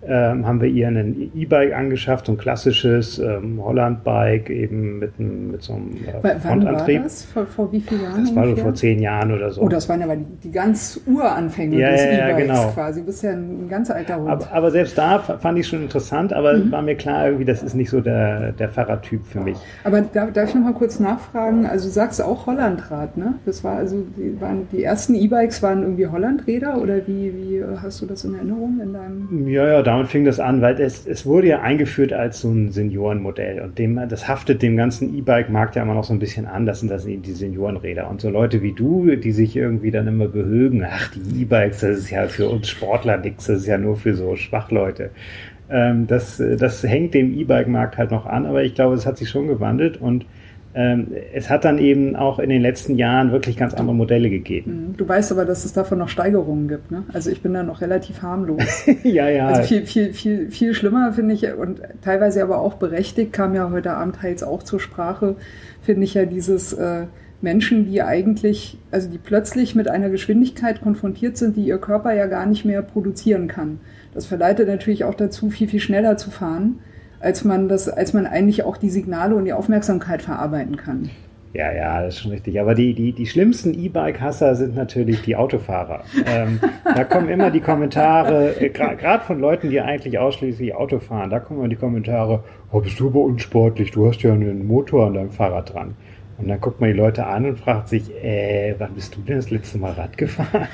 ähm, haben wir ihr ein E-Bike angeschafft, so ein klassisches ähm, Holland-Bike, eben mit, einem, mit so einem äh, Frontantrieb. Wann war das? Vor, vor wie vielen Jahren? Das war so vor zehn Jahren oder so. Oh, das waren aber die, die ganz Uranfänge ja, des ja, ja, E-Bikes genau. quasi. Du bist ja ein ganz alter Hund. Aber, aber selbst da fand ich schon interessant, aber mhm. war mir klar, irgendwie, das ist nicht so der, der Fahrradtyp für mich. Aber darf, darf ich noch mal kurz nachfragen? Also du sagst auch Hollandrad, ne? Das war also, die, waren, die ersten E-Bikes waren irgendwie Hollandräder oder wie, wie hast du das in Erinnerung in deinem? Ja, ja, damit fing das an, weil es, es wurde ja eingeführt als so ein Seniorenmodell und dem, das haftet dem ganzen E-Bike-Markt ja immer noch so ein bisschen an, das sind das die Seniorenräder. Und so Leute wie du, die sich irgendwie dann immer behögen, ach, die E-Bikes, das ist ja für uns Sportler nichts, das ist ja nur für so Schwachleute. Ähm, das, das hängt dem E-Bike-Markt halt noch an, aber ich glaube, es hat sich schon gewandelt und ähm, es hat dann eben auch in den letzten Jahren wirklich ganz andere Modelle gegeben. Du weißt aber, dass es davon noch Steigerungen gibt, ne? Also ich bin da noch relativ harmlos. ja, ja. Also viel, viel, viel, viel schlimmer finde ich und teilweise aber auch berechtigt, kam ja heute Abend teils auch zur Sprache, finde ich ja dieses äh, Menschen, die eigentlich, also die plötzlich mit einer Geschwindigkeit konfrontiert sind, die ihr Körper ja gar nicht mehr produzieren kann. Das verleitet natürlich auch dazu, viel, viel schneller zu fahren, als man das, als man eigentlich auch die Signale und die Aufmerksamkeit verarbeiten kann. Ja, ja, das ist schon richtig. Aber die, die, die schlimmsten E-Bike-Hasser sind natürlich die Autofahrer. Ähm, da kommen immer die Kommentare, äh, gerade von Leuten, die eigentlich ausschließlich Auto fahren, da kommen immer die Kommentare, oh, bist du aber unsportlich, du hast ja einen Motor an deinem Fahrrad dran. Und dann guckt man die Leute an und fragt sich, äh, wann bist du denn das letzte Mal Rad gefahren?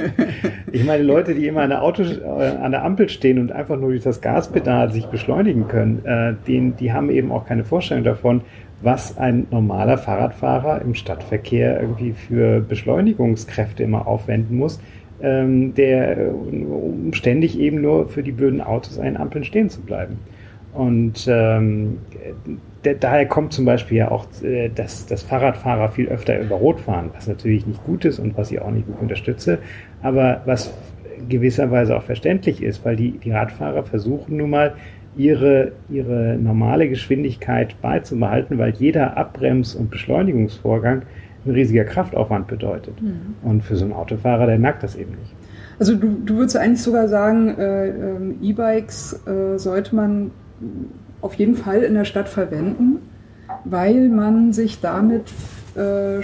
Ich meine, Leute, die immer an der, Auto, äh, an der Ampel stehen und einfach nur durch das Gaspedal sich beschleunigen können, äh, den, die haben eben auch keine Vorstellung davon, was ein normaler Fahrradfahrer im Stadtverkehr irgendwie für Beschleunigungskräfte immer aufwenden muss, ähm, der um ständig eben nur für die blöden Autos an den Ampeln stehen zu bleiben. Und ähm, der, daher kommt zum Beispiel ja auch, äh, dass, dass Fahrradfahrer viel öfter über Rot fahren, was natürlich nicht gut ist und was ich auch nicht gut unterstütze, aber was gewisserweise auch verständlich ist, weil die, die Radfahrer versuchen nun mal, ihre, ihre normale Geschwindigkeit beizubehalten, weil jeder Abbrems- und Beschleunigungsvorgang ein riesiger Kraftaufwand bedeutet. Mhm. Und für so einen Autofahrer, der merkt das eben nicht. Also du, du würdest eigentlich sogar sagen, äh, äh, E-Bikes äh, sollte man auf jeden Fall in der Stadt verwenden, weil man sich damit äh,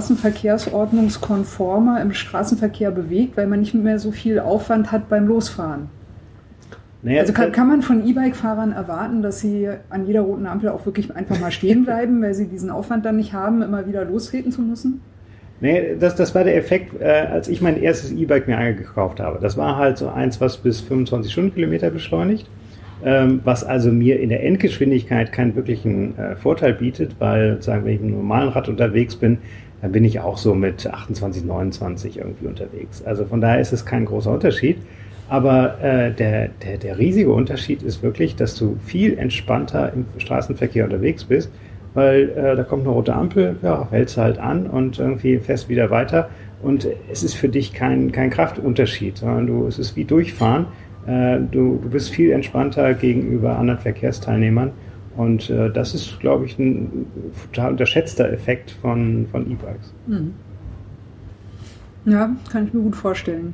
straßenverkehrsordnungskonformer im Straßenverkehr bewegt, weil man nicht mehr so viel Aufwand hat beim Losfahren. Naja, also kann, kann man von E-Bike-Fahrern erwarten, dass sie an jeder roten Ampel auch wirklich einfach mal stehen bleiben, weil sie diesen Aufwand dann nicht haben, immer wieder lostreten zu müssen? Nee, das, das war der Effekt, äh, als ich mein erstes E-Bike mir eingekauft habe. Das war halt so eins, was bis fünfundzwanzig Stundenkilometer beschleunigt, ähm, was also mir in der Endgeschwindigkeit keinen wirklichen äh, Vorteil bietet, weil, sagen, wenn ich mit einem normalen Rad unterwegs bin, dann bin ich auch so mit achtundzwanzig, neunundzwanzig irgendwie unterwegs. Also von daher ist es kein großer Unterschied. Aber äh, der, der, der riesige Unterschied ist wirklich, dass du viel entspannter im Straßenverkehr unterwegs bist, weil äh, da kommt eine rote Ampel, ja, hältst halt an und irgendwie fährst wieder weiter und es ist für dich kein, kein Kraftunterschied, sondern du, es ist wie Durchfahren. Äh, du, du bist viel entspannter gegenüber anderen Verkehrsteilnehmern und äh, das ist, glaube ich, ein total unterschätzter Effekt von, von E-Bikes. Mhm. Ja, kann ich mir gut vorstellen.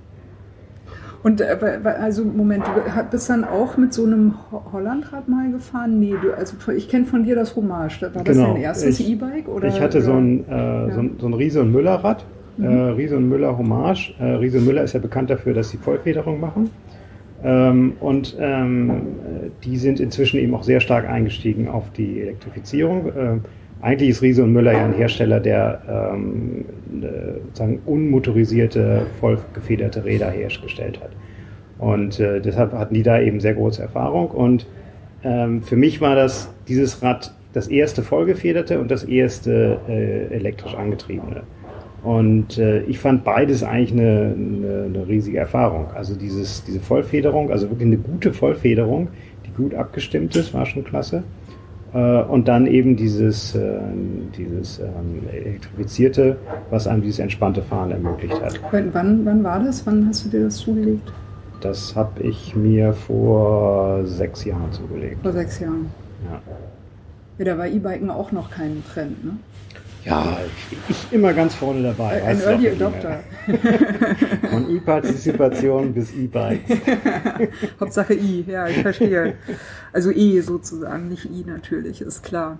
Und also Moment, du bist dann auch mit so einem Hollandrad mal gefahren? Nee, du, also ich kenne von dir das Hommage. War das genau. dein erstes ich, E-Bike? Oder, ich hatte oder? so ein, äh, ja. so ein, so ein Riese und Müller Rad. Mhm. Äh, Riese und Müller Hommage. Äh, Riese und Müller ist ja bekannt dafür, dass sie Vollfederung machen. Ähm, und ähm, die sind inzwischen eben auch sehr stark eingestiegen auf die Elektrifizierung. Äh, Eigentlich ist Riese und Müller ja ein Hersteller, der ähm, sozusagen unmotorisierte, vollgefederte Räder hergestellt hat. Und äh, deshalb hatten die da eben sehr große Erfahrung. Und ähm, für mich war das dieses Rad das erste vollgefederte und das erste äh, elektrisch angetriebene. Und äh, ich fand beides eigentlich eine, eine, eine riesige Erfahrung. Also dieses, diese Vollfederung, also wirklich eine gute Vollfederung, die gut abgestimmt ist, war schon klasse. Und dann eben dieses, äh, dieses ähm, elektrifizierte, was einem dieses entspannte Fahren ermöglicht hat. Wann, wann war das? Wann hast du dir das zugelegt? Das habe ich mir vor sechs Jahren zugelegt. Vor sechs Jahren? Ja. Ja, da war E-Biken auch noch kein Trend, ne? Ja, ich immer ganz vorne dabei. Ein Early Adopter. Von E-Partizipation bis E-Bikes. Hauptsache I, ja, ich verstehe. Also E sozusagen, nicht I natürlich, ist klar.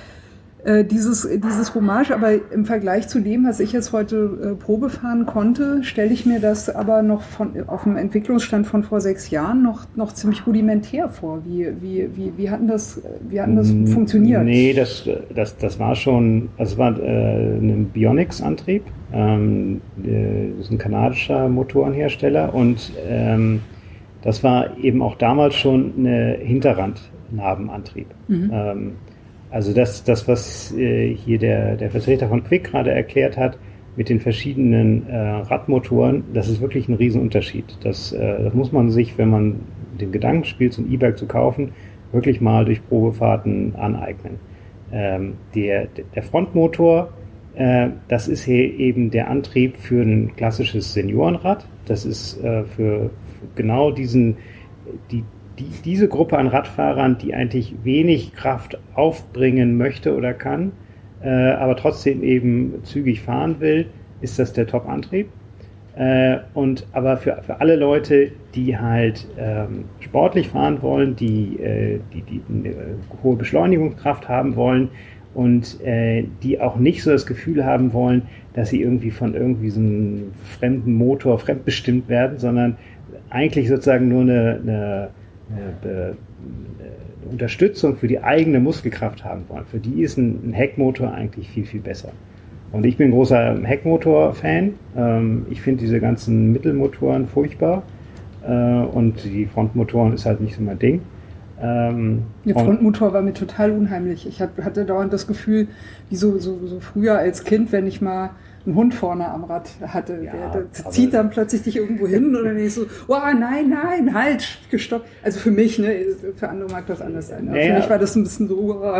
Äh, dieses, dieses Hommage, aber im Vergleich zu dem, was ich jetzt heute äh, Probe fahren konnte, stelle ich mir das aber noch von, auf dem Entwicklungsstand von vor sechs Jahren noch, noch ziemlich rudimentär vor. Wie, wie, wie, wie hatten das, wie hatten das N- funktioniert? Nee, das, das, das war schon, also es war äh, ein Bionics-Antrieb. Ähm, das ist ein kanadischer Motorenhersteller und ähm, das war eben auch damals schon ein Hinterrandnabenantrieb. Mhm. Ähm, Also das, das was äh, hier der, der Vertreter von Quick gerade erklärt hat, mit den verschiedenen äh, Radmotoren, das ist wirklich ein Riesenunterschied. Das, äh, das muss man sich, wenn man den Gedanken spielt, so ein E-Bike zu kaufen, wirklich mal durch Probefahrten aneignen. Ähm, der, der Frontmotor, äh, das ist hier eben der Antrieb für ein klassisches Seniorenrad. Das ist äh, für, für genau diesen, die Die, diese Gruppe an Radfahrern, die eigentlich wenig Kraft aufbringen möchte oder kann, äh, aber trotzdem eben zügig fahren will, ist das der Top-Antrieb. Äh, und aber für, für alle Leute, die halt ähm, sportlich fahren wollen, die, äh, die, die eine hohe Beschleunigungskraft haben wollen und äh, die auch nicht so das Gefühl haben wollen, dass sie irgendwie von irgendwie so einem fremden Motor fremdbestimmt werden, sondern eigentlich sozusagen nur eine, eine Eine Unterstützung für die eigene Muskelkraft haben wollen. Für die ist ein, ein Heckmotor eigentlich viel, viel besser. Und ich bin ein großer Heckmotor-Fan. Ähm, ich finde diese ganzen Mittelmotoren furchtbar. Äh, und die Frontmotoren ist halt nicht so mein Ding. Ähm, Der Frontmotor war mir total unheimlich. Ich hatte dauernd das Gefühl, wie so, so, so früher als Kind, wenn ich mal einen Hund vorne am Rad hatte. Ja, der, der zieht dann plötzlich dich irgendwo hin und dann ist so, oh nein, nein, halt, gestoppt. Also für mich, ne, für andere mag das anders sein. Aber ja, für mich war das ein bisschen so, oh.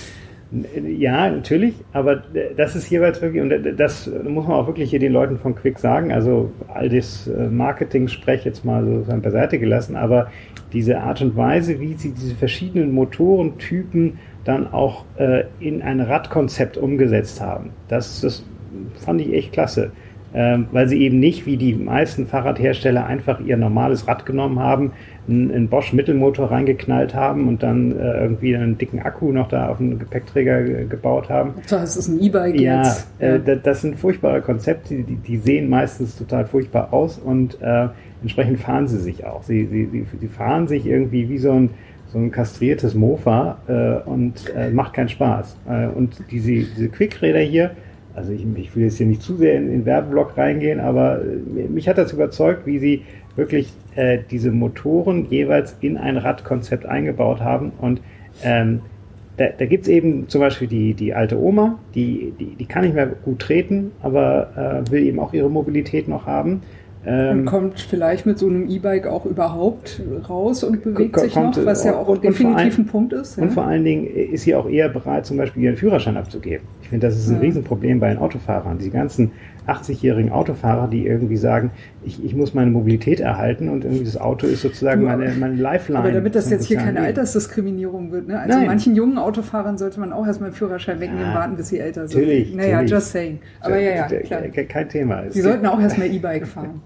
Ja, natürlich, aber das ist jeweils wirklich, und das muss man auch wirklich hier den Leuten von Quick sagen, also all das Marketing-Sprech jetzt mal so beiseite gelassen, aber diese Art und Weise, wie sie diese verschiedenen Motorentypen dann auch äh, in ein Radkonzept umgesetzt haben, das, das fand ich echt klasse, ähm, weil sie eben nicht wie die meisten Fahrradhersteller einfach ihr normales Rad genommen haben, einen, einen Bosch-Mittelmotor reingeknallt haben und dann äh, irgendwie einen dicken Akku noch da auf den Gepäckträger ge- gebaut haben. Das ist ein E-Bike ja, jetzt. Äh, ja, das sind furchtbare Konzepte, die, die sehen meistens total furchtbar aus und äh, entsprechend fahren sie sich auch. Sie, sie, sie fahren sich irgendwie wie so ein so ein kastriertes Mofa äh, und äh, macht keinen Spaß. Äh, und diese, diese Quick-Räder hier, also ich, ich will jetzt hier nicht zu sehr in den Werbeblock reingehen, aber äh, mich hat das überzeugt, wie sie wirklich äh, diese Motoren jeweils in ein Radkonzept eingebaut haben. Und ähm, da, da gibt es eben zum Beispiel die, die alte Oma, die, die, die kann nicht mehr gut treten, aber äh, will eben auch ihre Mobilität noch haben. Und kommt vielleicht mit so einem E-Bike auch überhaupt raus und bewegt kommt, sich noch, was ja auch und, definitiv und ein Punkt ist. Ja? Und vor allen Dingen ist sie auch eher bereit, zum Beispiel ihren Führerschein abzugeben. Ich finde, das ist ein ja. Riesenproblem bei den Autofahrern. Die ganzen achtzigjährigen Autofahrer, die irgendwie sagen, ich, ich muss meine Mobilität erhalten und irgendwie das Auto ist sozusagen meine, meine Lifeline. Aber damit das jetzt hier keine Altersdiskriminierung wird, ne? Also Nein. manchen jungen Autofahrern sollte man auch erstmal einen Führerschein wegnehmen, ja, warten, bis sie älter sind. Natürlich. Naja, natürlich. just saying. Aber ja, ja, klar. Kein Thema. Sie sollten auch erstmal E-Bike fahren.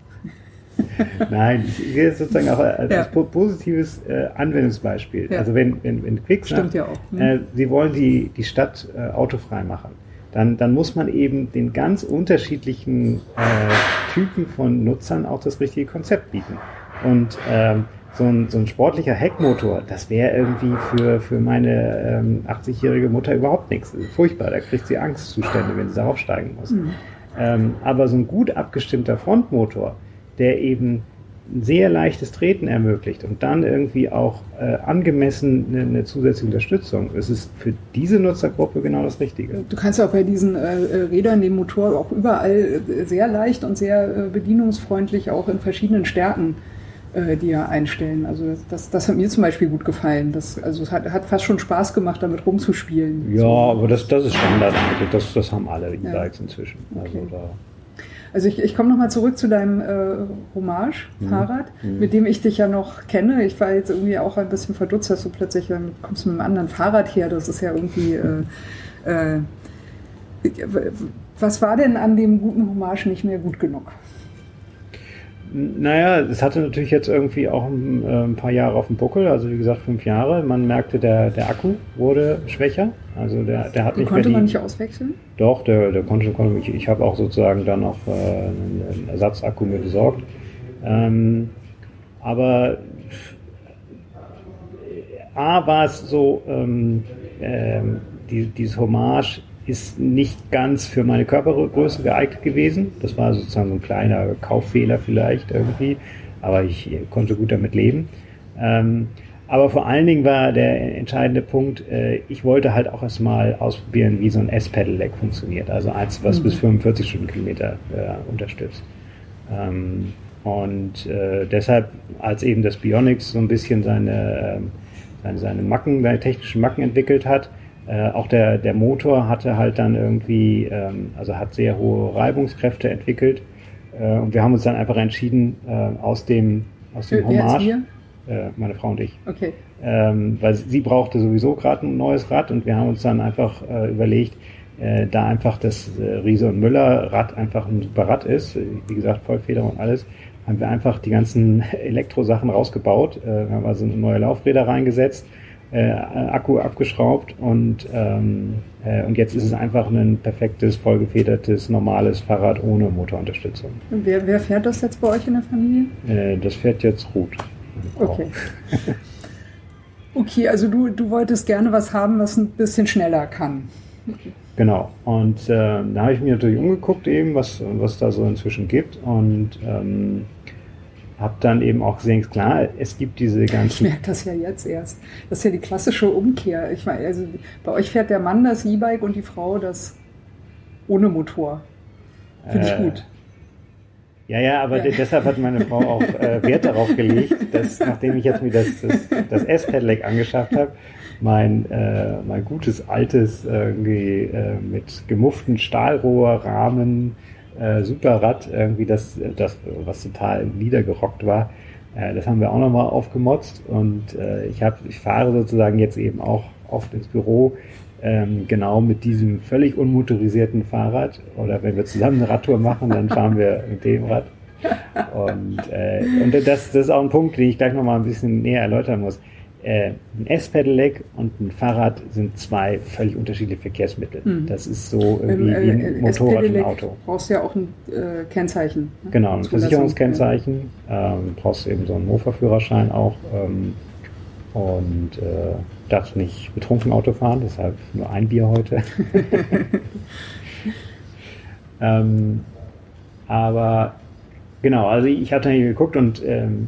Nein, ich sehe es sozusagen auch als ja. positives äh, Anwendungsbeispiel. Ja. Also wenn, wenn, wenn Quick sagt, ja auch. Hm. äh, sie wollen die, die Stadt äh, autofrei machen, dann, dann muss man eben den ganz unterschiedlichen äh, Typen von Nutzern auch das richtige Konzept bieten. Und ähm, so ein, so ein sportlicher Heckmotor, das wäre irgendwie für, für meine ähm, achtzigjährige Mutter überhaupt nichts. Furchtbar, da kriegt sie Angstzustände, wenn sie darauf steigen muss. Hm. Ähm, aber so ein gut abgestimmter Frontmotor, der eben ein sehr leichtes Treten ermöglicht und dann irgendwie auch äh, angemessen eine, eine zusätzliche Unterstützung. Das ist für diese Nutzergruppe genau das Richtige. Du kannst ja auch bei diesen äh, Rädern den Motor auch überall äh, sehr leicht und sehr äh, bedienungsfreundlich auch in verschiedenen Stärken äh, die ja einstellen. Also das, das, das hat mir zum Beispiel gut gefallen. Das, also es hat, hat fast schon Spaß gemacht, damit rumzuspielen. Ja, so. aber das, das ist Standard eigentlich. Das, das haben alle E-Bikes ja. inzwischen. Okay. Also da Also ich, ich komme nochmal zurück zu deinem äh, Hommage-Fahrrad, mhm. mit dem ich dich ja noch kenne. Ich war jetzt irgendwie auch ein bisschen verdutzt, dass du plötzlich, dann kommst du mit einem anderen Fahrrad her. Das ist ja irgendwie, äh, äh, Was war denn an dem guten Hommage nicht mehr gut genug? Naja, es hatte natürlich jetzt irgendwie auch ein, äh, ein paar Jahre auf dem Buckel, also wie gesagt fünf Jahre. Man merkte, der, der Akku wurde schwächer. Also der, der hat Den nicht konnte mehr man die, nicht auswechseln? Doch, der, der konnte, konnte ich, ich habe auch sozusagen dann auch äh, einen Ersatzakku mir besorgt. Ähm, aber A war es so, ähm, ähm, die, dieses Hommage ist nicht ganz für meine Körpergröße geeignet gewesen. Das war sozusagen so ein kleiner Kauffehler vielleicht irgendwie, aber ich konnte gut damit leben. Ähm, aber vor allen Dingen war der entscheidende Punkt, äh, ich wollte halt auch erstmal ausprobieren, wie so ein S-Pedelec funktioniert, also eins, was mhm. bis fünfundvierzig Stundenkilometer äh, unterstützt. Ähm, und äh, deshalb, als eben das Bionix so ein bisschen seine, äh, seine, seine Macken, seine technischen Macken entwickelt hat, Äh, auch der, der Motor hatte halt dann irgendwie, ähm, also hat sehr hohe Reibungskräfte entwickelt. Äh, und wir haben uns dann einfach entschieden, äh, aus dem, aus dem Wer Hommage, ist hier? Äh, meine Frau und ich, Okay. ähm, weil sie brauchte sowieso gerade ein neues Rad und wir haben uns dann einfach äh, überlegt, äh, da einfach das äh, Riese und Müller Rad einfach ein super Rad ist, wie gesagt, Vollfeder und alles, haben wir einfach die ganzen Elektrosachen rausgebaut. Äh, wir haben also neue Laufräder reingesetzt, Äh, Akku abgeschraubt und, ähm, äh, und jetzt ist es einfach ein perfektes, vollgefedertes, normales Fahrrad ohne Motorunterstützung. Und wer, wer fährt das jetzt bei euch in der Familie? Äh, das fährt jetzt Ruth. Okay. Okay, also du, du wolltest gerne was haben, was ein bisschen schneller kann. Genau. Und äh, da habe ich mir natürlich umgeguckt eben, was, was da so inzwischen gibt und ähm, habe dann eben auch gesehen, ist klar, es gibt diese ganzen... Ich merke das ja jetzt erst. Das ist ja die klassische Umkehr. Ich meine, also bei euch fährt der Mann das E-Bike und die Frau das ohne Motor. Finde ich äh, gut. Ja, ja, aber Ja. de- deshalb hat meine Frau auch äh, Wert darauf gelegt, dass nachdem ich jetzt mir das, das, das S-Pedelec angeschafft habe, mein, äh, mein gutes altes irgendwie äh, mit gemufften Stahlrohrrahmen Äh, Superrad, irgendwie das, das, was total niedergerockt war, äh, das haben wir auch nochmal aufgemotzt und äh, ich, hab, ich fahre sozusagen jetzt eben auch oft ins Büro, ähm, genau mit diesem völlig unmotorisierten Fahrrad oder wenn wir zusammen eine Radtour machen, dann fahren wir mit dem Rad und, äh, und das, das ist auch ein Punkt, den ich gleich nochmal ein bisschen näher erläutern muss. Äh, ein S-Pedelec und ein Fahrrad sind zwei völlig unterschiedliche Verkehrsmittel. Hm. Das ist so irgendwie Ähm, wie äh, ein Motorrad und ein S-Pedelec Auto. brauchst du ja auch ein äh, Kennzeichen. Ne? Genau, ein Zulassung. Versicherungskennzeichen. Ähm, brauchst eben so einen Mofa-Führerschein auch. Ähm, und äh, darfst nicht betrunken Auto fahren, deshalb nur ein Bier heute. ähm, aber genau, also ich hatte hier geguckt und ähm,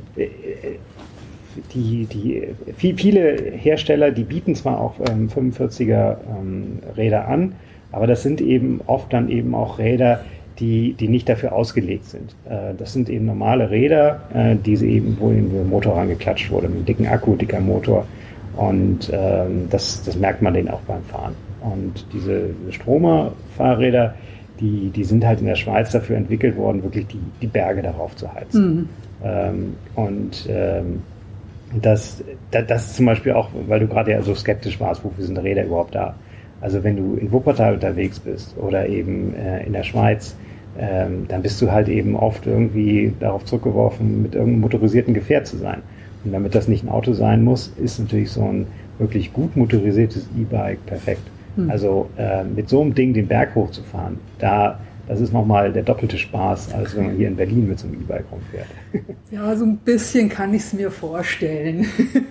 Die, die, viele Hersteller, die bieten zwar auch ähm, fünfundvierziger ähm, Räder an, aber das sind eben oft dann eben auch Räder, die, die nicht dafür ausgelegt sind. Äh, das sind eben normale Räder, äh, die sie eben, wo eben der Motor rangeklatscht wurde, mit einem dicken Akku, dicker Motor und ähm, das, das merkt man denen auch beim Fahren. Und diese Stromer-Fahrräder, die, die sind halt in der Schweiz dafür entwickelt worden, wirklich die, die Berge darauf zu heizen. Mhm. Ähm, und ähm, Das, das, das ist zum Beispiel auch, weil du gerade ja so skeptisch warst, wofür sind Räder überhaupt da? Also wenn du in Wuppertal unterwegs bist oder eben äh, in der Schweiz, ähm, dann bist du halt eben oft irgendwie darauf zurückgeworfen, mit irgendeinem motorisierten Gefährt zu sein. Und damit das nicht ein Auto sein muss, ist natürlich so ein wirklich gut motorisiertes E-Bike perfekt. Hm. Also äh, mit so einem Ding den Berg hochzufahren, da das ist nochmal der doppelte Spaß, als wenn man hier in Berlin mit so einem E-Bike rumfährt. Ja, so ein bisschen kann ich es mir vorstellen.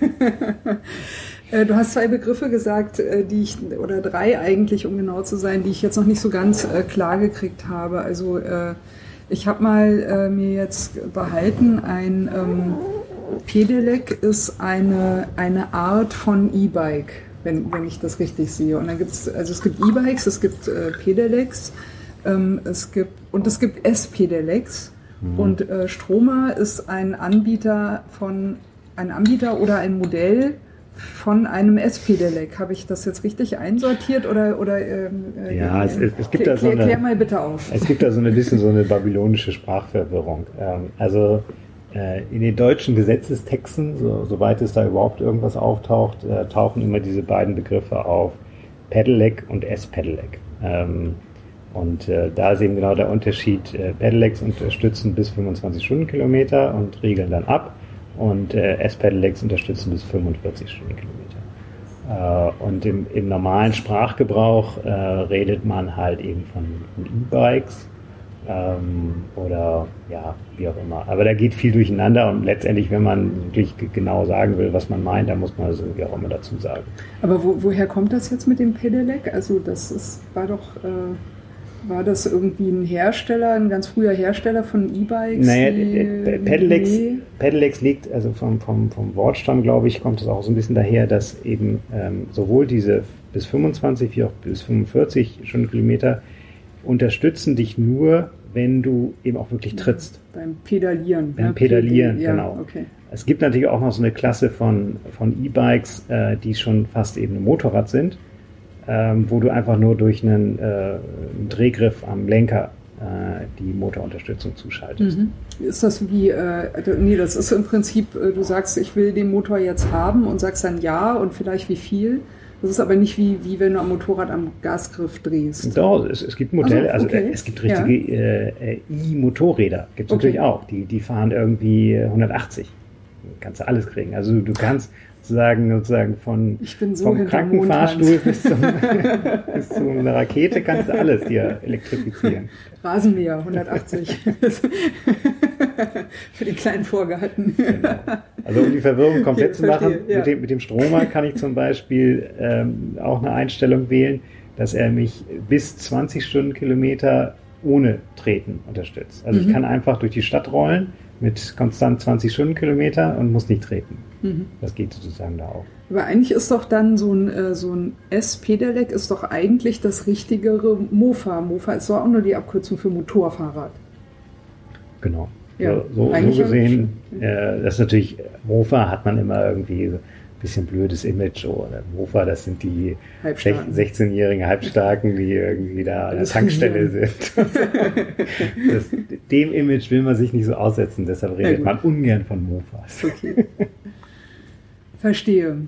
Du hast zwei Begriffe gesagt, die ich, oder drei eigentlich, um genau zu sein, die ich jetzt noch nicht so ganz äh, klar gekriegt habe. Also äh, ich habe mal äh, mir jetzt behalten, ein ähm, Pedelec ist eine, eine Art von E-Bike, wenn, wenn ich das richtig sehe. Und dann gibt's, also es gibt E-Bikes, es gibt äh, Pedelecs, ähm, es gibt, und es gibt S-Pedelecs. Mhm. Und äh, Stromer ist ein Anbieter von, ein Anbieter oder ein Modell von einem S-Pedelec. Habe ich das jetzt richtig einsortiert oder oder ähm, ja, äh, es, es gibt klär, da so eine, klär mal bitte auf. Es gibt da so ein bisschen so eine babylonische Sprachverwirrung. Ähm, also äh, in den deutschen Gesetzestexten, so, soweit es da überhaupt irgendwas auftaucht, äh, tauchen immer diese beiden Begriffe auf: Pedelec und S-Pedelec. Ähm, Und äh, da ist eben genau der Unterschied, äh, Pedelecs unterstützen bis fünfundzwanzig Stundenkilometer und regeln dann ab und äh, S-Pedelecs unterstützen bis fünfundvierzig Stundenkilometer. Äh, und im, im normalen Sprachgebrauch äh, redet man halt eben von, von E-Bikes ähm, oder ja, wie auch immer. Aber da geht viel durcheinander und letztendlich, wenn man wirklich genau sagen will, was man meint, dann muss man es irgendwie auch immer dazu sagen. Aber wo, woher kommt das jetzt mit dem Pedelec? Also das ist, war doch... Äh War das irgendwie ein Hersteller, ein ganz früher Hersteller von E-Bikes? Naja, Pedelecs, nee. Pedelecs liegt, also vom, vom, vom Wortstamm, glaube ich, kommt es auch so ein bisschen daher, dass eben ähm, sowohl diese bis fünfundzwanzig wie auch bis fünfundvierzig Stundenkilometer unterstützen dich nur, wenn du eben auch wirklich trittst. Beim Pedalieren. Beim ja, Pedalieren, P D, ja, genau. Okay. Es gibt natürlich auch noch so eine Klasse von, von E-Bikes, äh, die schon fast eben ein Motorrad sind. Ähm, wo du einfach nur durch einen, äh, einen Drehgriff am Lenker äh, die Motorunterstützung zuschaltest. Mhm. Ist das wie, äh, nee, das ist im Prinzip, äh, du sagst, ich will den Motor jetzt haben und sagst dann ja und vielleicht wie viel. Das ist aber nicht wie, wie wenn du am Motorrad am Gasgriff drehst. Doch, es, es gibt Modelle, also, okay. also es gibt richtige ja. äh, E-Motorräder, gibt es okay. natürlich auch, die, die fahren irgendwie hundertachtzig. Kannst du alles kriegen. Also du kannst sozusagen, sozusagen von, so vom Krankenfahrstuhl bis, zum, bis zu einer Rakete kannst du alles dir elektrifizieren. Rasenmäher, hundertachtzig. Für die kleinen Vorgarten. Genau. Also um die Verwirrung komplett okay, zu machen, verstehe, ja. mit, dem, mit dem Stromer kann ich zum Beispiel ähm, auch eine Einstellung wählen, dass er mich bis zwanzig Stundenkilometer ohne Treten unterstützt. Also mhm. ich kann einfach durch die Stadt rollen mit konstant zwanzig Stundenkilometer und muss nicht treten. Mhm. Das geht sozusagen da auch. Aber eigentlich ist doch dann so ein, äh, so ein S-Pedelec ist doch eigentlich das richtigere Mofa. Mofa ist doch auch nur die Abkürzung für Motorfahrrad. Genau. Ja, so, so, so gesehen, äh, das ist natürlich, Mofa hat man immer irgendwie so ein bisschen blödes Image. Oder Mofa, das sind die sechzehnjährigen Halbstarken, die irgendwie da an der Tankstelle sind. das, dem Image will man sich nicht so aussetzen, deshalb redet ja, man ungern von Mofas. Okay. Verstehe.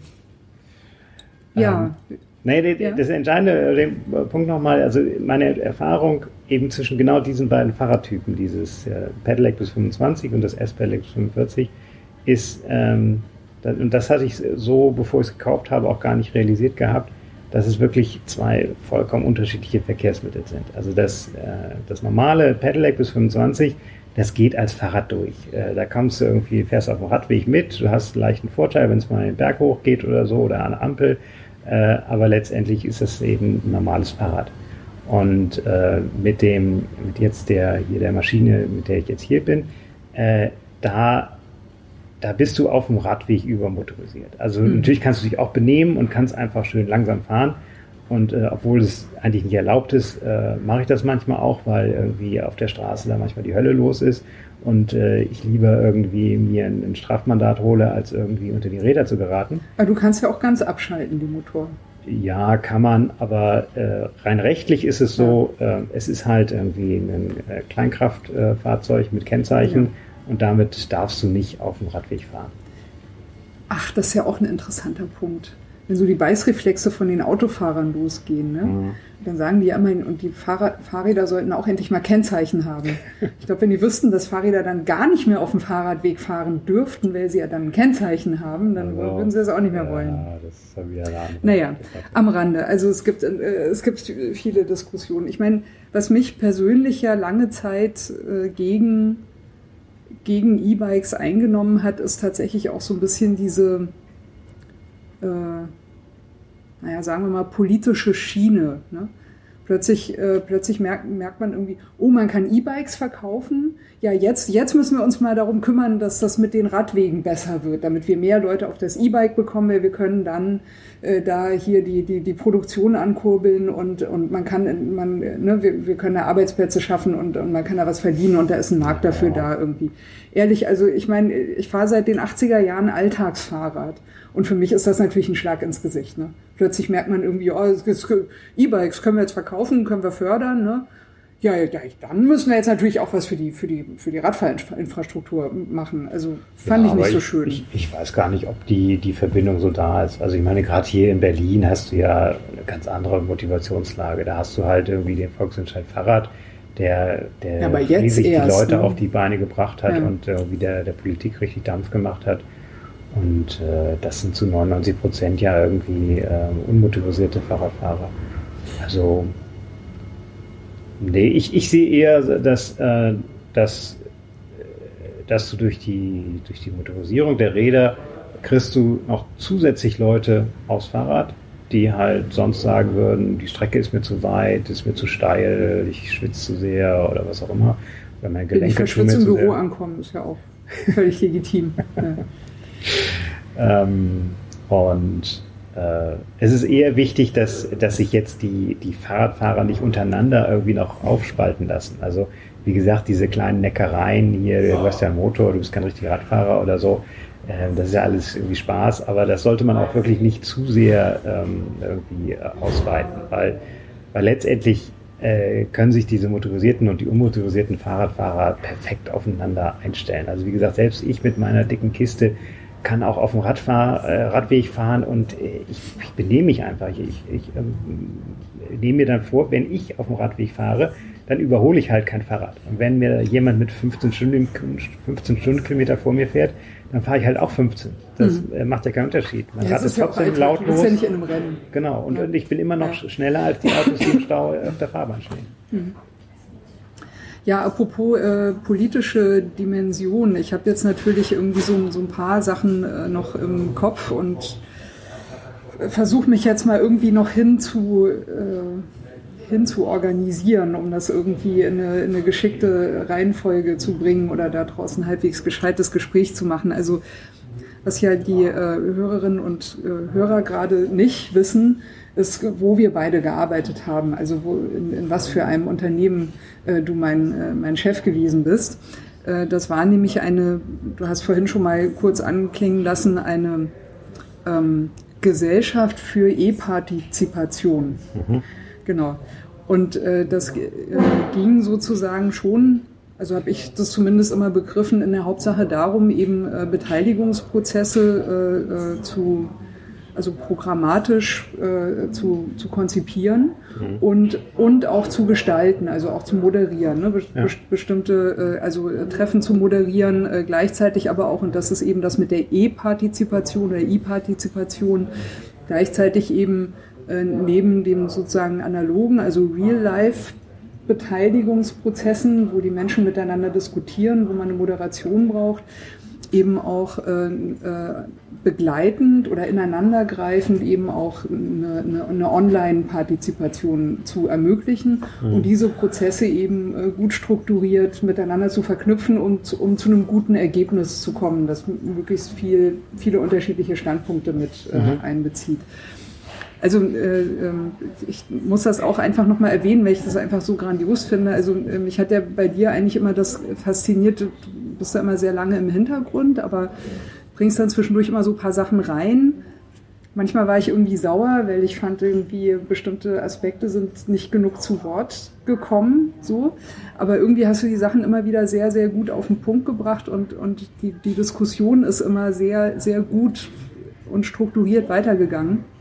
Ja. Ähm, nee, das, ja. das entscheidende den Punkt nochmal, also meine Erfahrung eben zwischen genau diesen beiden Fahrradtypen, dieses äh, Pedelec bis fünfundzwanzig und das S-Pedelec bis fünfundvierzig, ist, ähm, das, und das hatte ich so, bevor ich es gekauft habe, auch gar nicht realisiert gehabt, dass es wirklich zwei vollkommen unterschiedliche Verkehrsmittel sind. Also das, äh, das normale Pedelec bis fünfundzwanzig, das geht als Fahrrad durch. Äh, da kommst du irgendwie, fährst auf dem Radweg mit, du hast einen leichten Vorteil, wenn es mal den Berg hoch geht oder so oder an der Ampel, äh, aber letztendlich ist es eben ein normales Fahrrad. Und äh, mit dem, mit jetzt der, hier der Maschine, mit der ich jetzt hier bin, äh, da, da bist du auf dem Radweg übermotorisiert. Also mhm. natürlich kannst du dich auch benehmen und kannst einfach schön langsam fahren. Und äh, obwohl es eigentlich nicht erlaubt ist, äh, mache ich das manchmal auch, weil irgendwie auf der Straße da manchmal die Hölle los ist und äh, ich lieber irgendwie mir ein, ein Strafmandat hole, als irgendwie unter die Räder zu geraten. Aber du kannst ja auch ganz abschalten, die Motor. Ja, kann man, aber äh, rein rechtlich ist es so, ja. äh, es ist halt irgendwie ein äh, Kleinkraftfahrzeug äh, mit Kennzeichen ja. und damit darfst du nicht auf dem Radweg fahren. Ach, das ist ja auch ein interessanter Punkt. Wenn so die Beißreflexe von den Autofahrern losgehen, ne? Mhm. Dann sagen die ja immer, und die Fahrrad, Fahrräder sollten auch endlich mal Kennzeichen haben. Ich glaube, wenn die wüssten, dass Fahrräder dann gar nicht mehr auf dem Fahrradweg fahren dürften, weil sie ja dann ein Kennzeichen haben, dann also, würden sie es auch nicht mehr ja, wollen. Das ist ja wieder eine andere naja, am Rande. Also es gibt, äh, es gibt viele Diskussionen. Ich meine, was mich persönlich ja lange Zeit äh, gegen, gegen E-Bikes eingenommen hat, ist tatsächlich auch so ein bisschen diese Äh, naja, sagen wir mal, politische Schiene. Ne? Plötzlich, äh, plötzlich merkt, merkt man irgendwie, oh, man kann E-Bikes verkaufen. Ja, jetzt, jetzt müssen wir uns mal darum kümmern, dass das mit den Radwegen besser wird, damit wir mehr Leute auf das E-Bike bekommen, weil wir können dann äh, da hier die, die, die Produktion ankurbeln und, und man kann, man, ne, wir, wir können da Arbeitsplätze schaffen und, und man kann da was verdienen und da ist ein Markt dafür da irgendwie. Ehrlich, also ich meine, ich fahre seit den achtziger Jahren Alltagsfahrrad. Und für mich ist das natürlich ein Schlag ins Gesicht. Ne? Plötzlich merkt man irgendwie, oh, E-Bikes können wir jetzt verkaufen, können wir fördern. Ne? Ja, ja, dann müssen wir jetzt natürlich auch was für die, für die, für die Radfahrinfrastruktur machen. Also fand ja, ich nicht so ich, schön. Ich, ich weiß gar nicht, ob die, die Verbindung so da ist. Also ich meine, gerade hier in Berlin hast du ja eine ganz andere Motivationslage. Da hast du halt irgendwie den Volksentscheid Fahrrad, der, der ja, riesig die Leute ne? auf die Beine gebracht hat ja. und irgendwie der, der Politik richtig Dampf gemacht hat. Und äh, das sind zu neunundneunzig Prozent ja irgendwie äh, unmotorisierte Fahrradfahrer. Also nee, ich, ich sehe eher, dass, äh, dass, dass du durch die, durch die Motorisierung der Räder kriegst du noch zusätzlich Leute aufs Fahrrad, die halt sonst sagen würden, die Strecke ist mir zu weit, ist mir zu steil, ich schwitze zu sehr oder was auch immer. Oder meine Gelenke ich verschwitze im Büro sehr. Ankommen, ist ja auch völlig legitim. Ja. ähm, und es ist eher wichtig, dass, dass sich jetzt die, die Fahrradfahrer nicht untereinander irgendwie noch aufspalten lassen. Also, wie gesagt, diese kleinen Neckereien hier, du hast ja einen Motor, du bist kein richtiger Radfahrer oder so, das ist ja alles irgendwie Spaß, aber das sollte man auch wirklich nicht zu sehr ähm, irgendwie ausweiten, weil, weil letztendlich äh, können sich diese motorisierten und die unmotorisierten Fahrradfahrer perfekt aufeinander einstellen. Also, wie gesagt, selbst ich mit meiner dicken Kiste kann auch auf dem Radfahr, äh, Radweg fahren und äh, ich, ich benehme mich einfach. Ich, ich, ich ähm, nehme mir dann vor, wenn ich auf dem Radweg fahre, dann überhole ich halt kein Fahrrad. Und wenn mir jemand mit fünfzehn Stundenkilometer vor mir fährt, dann fahre ich halt auch fünfzehn. Das mhm. äh, macht ja keinen Unterschied. Mein ja, Rad ist trotzdem ja lautlos. Du bist ja nicht in einem Rennen. Genau. Und, ja. und ich bin immer noch ja. schneller als die Autos, die im Stau auf der Fahrbahn stehen. Mhm. Ja, apropos äh, politische Dimension. Ich habe jetzt natürlich irgendwie so, so ein paar Sachen äh, noch im Kopf und versuche mich jetzt mal irgendwie noch hin zu, äh, hin zu organisieren, um das irgendwie in eine, in eine geschickte Reihenfolge zu bringen oder da draußen ein halbwegs gescheites Gespräch zu machen. Also was ja die äh, Hörerinnen und äh, Hörer gerade nicht wissen, ist, wo wir beide gearbeitet haben, also wo, in, in was für einem Unternehmen äh, du mein, äh, mein Chef gewesen bist. Äh, das war nämlich eine, du hast vorhin schon mal kurz anklingen lassen, eine ähm, Gesellschaft für E-Partizipation. Mhm. Genau. Und äh, das äh, ging sozusagen schon, also habe ich das zumindest immer begriffen, in der Hauptsache darum, eben äh, Beteiligungsprozesse äh, äh, zu also programmatisch äh, zu, zu konzipieren mhm. und, und auch zu gestalten, also auch zu moderieren, ne? Be- ja. bestimmte äh, also äh, Treffen zu moderieren, äh, gleichzeitig aber auch, und das ist eben das mit der E-Partizipation oder I-Partizipation, gleichzeitig eben äh, neben dem sozusagen analogen, also Real-Life Beteiligungsprozessen, wo die Menschen miteinander diskutieren, wo man eine Moderation braucht, eben auch äh, äh, begleitend oder ineinandergreifend eben auch eine, eine, eine Online-Partizipation zu ermöglichen mhm. und diese Prozesse eben äh, gut strukturiert miteinander zu verknüpfen und um, um zu einem guten Ergebnis zu kommen, das möglichst viel, viele unterschiedliche Standpunkte mit äh, mhm. einbezieht. Also äh, ich muss das auch einfach nochmal erwähnen, weil ich das einfach so grandios finde. Also äh, mich hat ja bei dir eigentlich immer das fasziniert, du bist ja immer sehr lange im Hintergrund, aber bringst dann zwischendurch immer so ein paar Sachen rein. Manchmal war ich irgendwie sauer, weil ich fand irgendwie bestimmte Aspekte sind nicht genug zu Wort gekommen, so. Aber irgendwie hast du die Sachen immer wieder sehr, sehr gut auf den Punkt gebracht und, und die, die Diskussion ist immer sehr, sehr gut und strukturiert weitergegangen.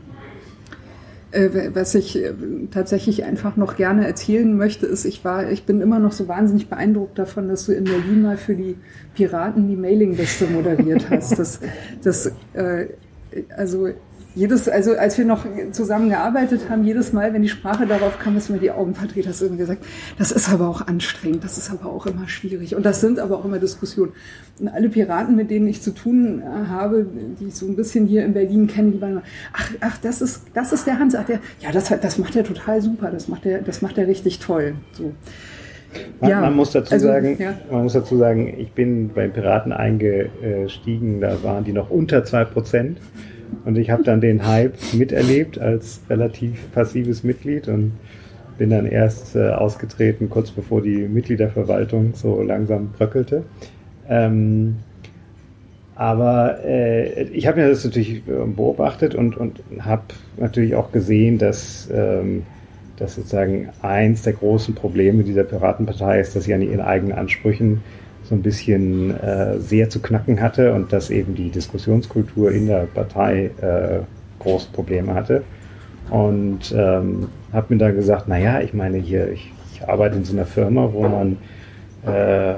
Was ich tatsächlich einfach noch gerne erzählen möchte, ist, ich war, ich bin immer noch so wahnsinnig beeindruckt davon, dass du in Berlin mal für die Piraten die Mailingliste moderiert hast. Das, das, äh, also jedes, also als wir noch zusammen gearbeitet haben, jedes Mal, wenn die Sprache darauf kam, dass du mir die Augen verdreht hast, irgendwie gesagt, das ist aber auch anstrengend, das ist aber auch immer schwierig und das sind aber auch immer Diskussionen. Und alle Piraten, mit denen ich zu tun habe, die ich so ein bisschen hier in Berlin kenne, die waren immer, ach, ach, das ist, das ist der Hans, ach, der, ja, das, das macht er total super, das macht er, das macht er richtig toll, so. Man, Ja, man muss dazu also, sagen, ja. man muss dazu sagen, ich bin bei Piraten eingestiegen, da waren die noch unter zwei Prozent. Und ich habe dann den Hype miterlebt als relativ passives Mitglied und bin dann erst äh, ausgetreten, kurz bevor die Mitgliederverwaltung so langsam bröckelte. Ähm, aber äh, ich habe mir das natürlich beobachtet und, und habe natürlich auch gesehen, dass, ähm, dass sozusagen eins der großen Probleme dieser Piratenpartei ist, dass sie an ihren eigenen Ansprüchen so ein bisschen äh, sehr zu knacken hatte und dass eben die Diskussionskultur in der Partei äh, große Probleme hatte. Und ähm, habe mir da gesagt, naja, ich meine hier, ich, ich arbeite in so einer Firma, wo man äh,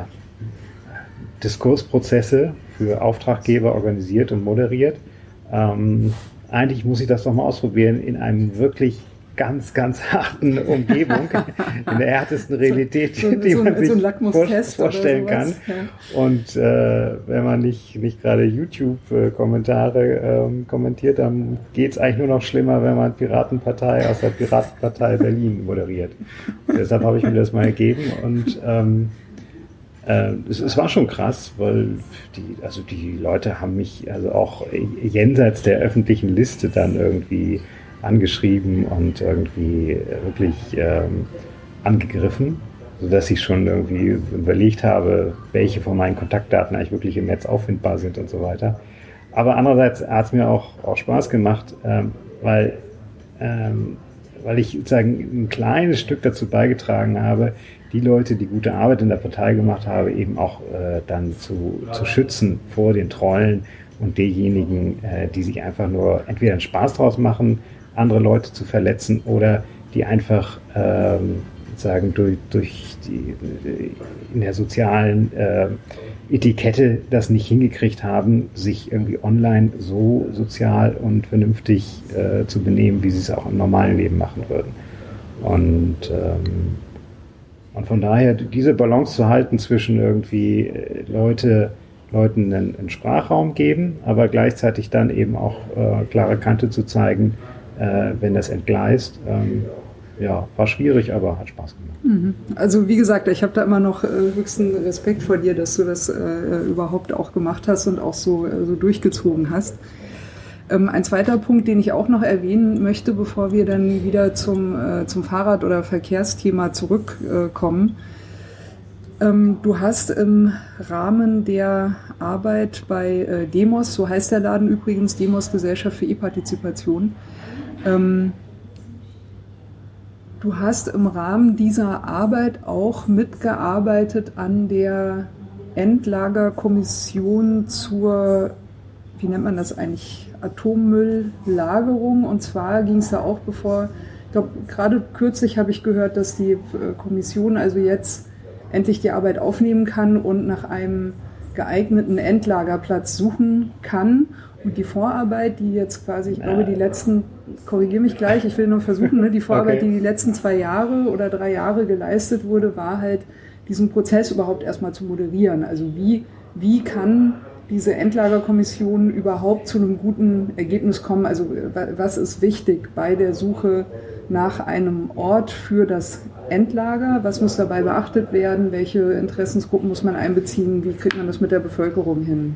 Diskursprozesse für Auftraggeber organisiert und moderiert. Ähm, eigentlich muss ich das doch mal ausprobieren in einem wirklich ganz, ganz harten Umgebung, in der härtesten Realität, so, so, die man so, sich so vor, vorstellen kann. Ja. Und äh, wenn man nicht, nicht gerade YouTube-Kommentare ähm, kommentiert, dann geht es eigentlich nur noch schlimmer, wenn man Piratenpartei aus der Piratenpartei Berlin moderiert. Deshalb habe ich mir das mal gegeben und ähm, äh, es, es war schon krass, weil die, also die Leute haben mich also auch jenseits der öffentlichen Liste dann irgendwie angeschrieben und irgendwie wirklich ähm, angegriffen, sodass ich schon irgendwie überlegt habe, welche von meinen Kontaktdaten eigentlich wirklich im Netz auffindbar sind und so weiter. Aber andererseits hat es mir auch, auch Spaß gemacht, ähm, weil, ähm, weil ich sozusagen ein kleines Stück dazu beigetragen habe, die Leute, die gute Arbeit in der Partei gemacht haben, eben auch äh, dann zu, zu schützen vor den Trollen und denjenigen, äh, die sich einfach nur entweder einen Spaß draus machen, andere Leute zu verletzen oder die einfach ähm, sagen durch, durch die in der sozialen äh, Etikette das nicht hingekriegt haben, sich irgendwie online so sozial und vernünftig äh, zu benehmen, wie sie es auch im normalen Leben machen würden. Und, ähm, und von daher diese Balance zu halten zwischen irgendwie Leute Leuten einen, einen Sprachraum geben, aber gleichzeitig dann eben auch äh, klare Kante zu zeigen, Äh, wenn das entgleist. Ähm, ja, war schwierig, aber hat Spaß gemacht. Also wie gesagt, ich habe da immer noch äh, höchsten Respekt vor dir, dass du das äh, überhaupt auch gemacht hast und auch so, äh, so durchgezogen hast. Ähm, ein zweiter Punkt, den ich auch noch erwähnen möchte, bevor wir dann wieder zum, äh, zum Fahrrad- oder Verkehrsthema zurückkommen. Äh, ähm, du hast im Rahmen der Arbeit bei äh, Demos, so heißt der Laden übrigens, Demos Gesellschaft für E-Partizipation, Ähm, du hast im Rahmen dieser Arbeit auch mitgearbeitet an der Endlagerkommission zur, wie nennt man das eigentlich, Atommülllagerung. Und zwar ging es da auch bevor, ich glaube, gerade kürzlich habe ich gehört, dass die äh, Kommission also jetzt endlich die Arbeit aufnehmen kann und nach einem geeigneten Endlagerplatz suchen kann. Und die Vorarbeit, die jetzt quasi, ich glaube, die letzten, korrigiere mich gleich, ich will nur versuchen, ne, die Vorarbeit, okay. die die letzten zwei Jahre oder drei Jahre geleistet wurde, war halt, diesen Prozess überhaupt erstmal zu moderieren. Also wie, wie kann diese Endlagerkommission überhaupt zu einem guten Ergebnis kommen? Also was ist wichtig bei der Suche nach einem Ort für das Endlager? Was muss dabei beachtet werden? Welche Interessensgruppen muss man einbeziehen? Wie kriegt man das mit der Bevölkerung hin?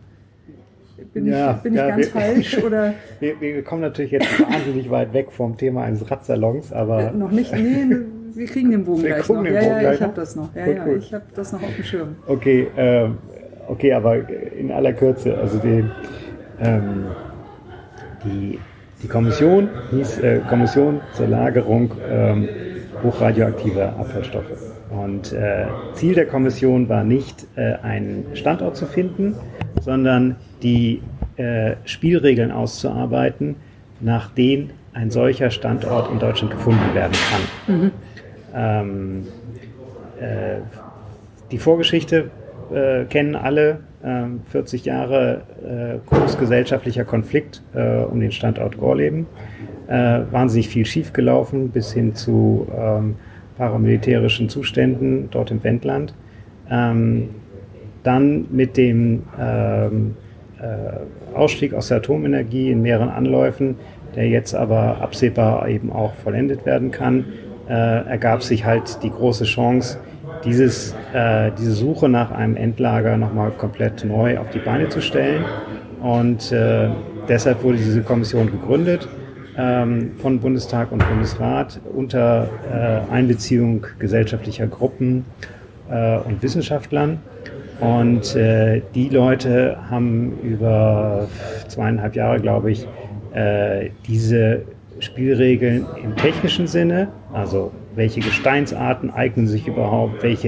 Bin ja, ich, bin ja, ich ganz wir, falsch? Oder? Wir, wir kommen natürlich jetzt wahnsinnig weit weg vom Thema eines Radsalons, aber... Noch nicht, nee, wir kriegen den Bogen wir gleich noch. Den ja, Bogen ja, ich habe das noch. Ja, gut, ja, gut. ich habe das noch auf dem Schirm. Okay, äh, okay, aber in aller Kürze, also die, ähm, die, die Kommission hieß äh, Kommission zur Lagerung ähm, hochradioaktiver Abfallstoffe. Und äh, Ziel der Kommission war nicht, äh, einen Standort zu finden, sondern die äh, Spielregeln auszuarbeiten, nach denen ein solcher Standort in Deutschland gefunden werden kann. Mhm. Ähm, äh, die Vorgeschichte äh, kennen alle, äh, vierzig Jahre äh, großgesellschaftlicher Konflikt äh, um den Standort Gorleben, äh, wahnsinnig viel schiefgelaufen bis hin zu ähm, paramilitärischen Zuständen dort im Wendland. Ähm, dann mit dem ähm, äh, Ausstieg aus der Atomenergie in mehreren Anläufen, der jetzt aber absehbar eben auch vollendet werden kann, äh, ergab sich halt die große Chance, dieses, äh, diese Suche nach einem Endlager nochmal komplett neu auf die Beine zu stellen. Und äh, deshalb wurde diese Kommission gegründet ähm, von Bundestag und Bundesrat unter äh, Einbeziehung gesellschaftlicher Gruppen äh, und Wissenschaftlern. Und äh, die Leute haben über zweieinhalb Jahre, glaube ich, äh, diese Spielregeln im technischen Sinne, also welche Gesteinsarten eignen sich überhaupt, welche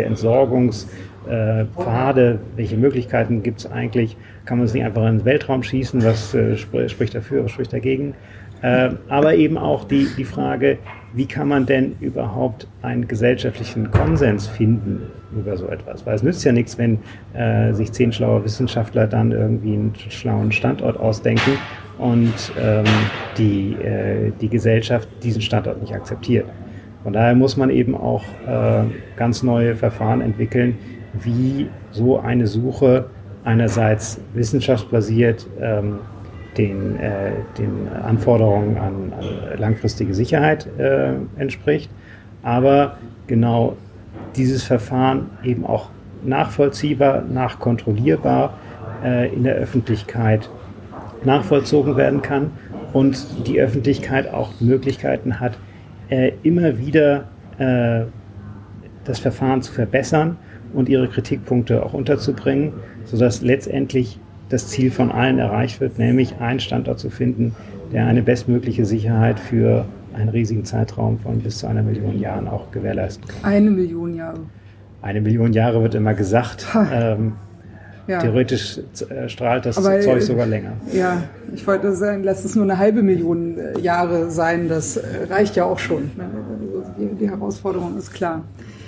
Entsorgungspfade, welche Möglichkeiten gibt es eigentlich, kann man es nicht einfach in den Weltraum schießen, was äh, sp- spricht dafür, was spricht dagegen, äh, aber eben auch die, die Frage, wie kann man denn überhaupt einen gesellschaftlichen Konsens finden über so etwas, weil es nützt ja nichts, wenn äh, sich zehn schlaue Wissenschaftler dann irgendwie einen schlauen Standort ausdenken und ähm, die, äh, die Gesellschaft diesen Standort nicht akzeptiert. Von daher muss man eben auch äh, ganz neue Verfahren entwickeln, wie so eine Suche einerseits wissenschaftsbasiert ähm, den, äh, den Anforderungen an, an langfristige Sicherheit äh, entspricht, aber genau dieses Verfahren eben auch nachvollziehbar, nachkontrollierbar äh, in der Öffentlichkeit nachvollzogen werden kann und die Öffentlichkeit auch Möglichkeiten hat, äh, immer wieder äh, das Verfahren zu verbessern und ihre Kritikpunkte auch unterzubringen, sodass letztendlich das Ziel von allen erreicht wird, nämlich einen Standort zu finden, der eine bestmögliche Sicherheit für einen riesigen Zeitraum von bis zu einer Million Jahren auch gewährleisten kann. Eine Million Jahre. Eine Million Jahre wird immer gesagt. Ähm, ja. Theoretisch äh, strahlt das Aber, Zeug sogar länger. Ja, ich wollte sagen, lass es nur eine halbe Million äh, Jahre sein, das äh, reicht ja auch schon. Ne? Also die, die Herausforderung ist klar.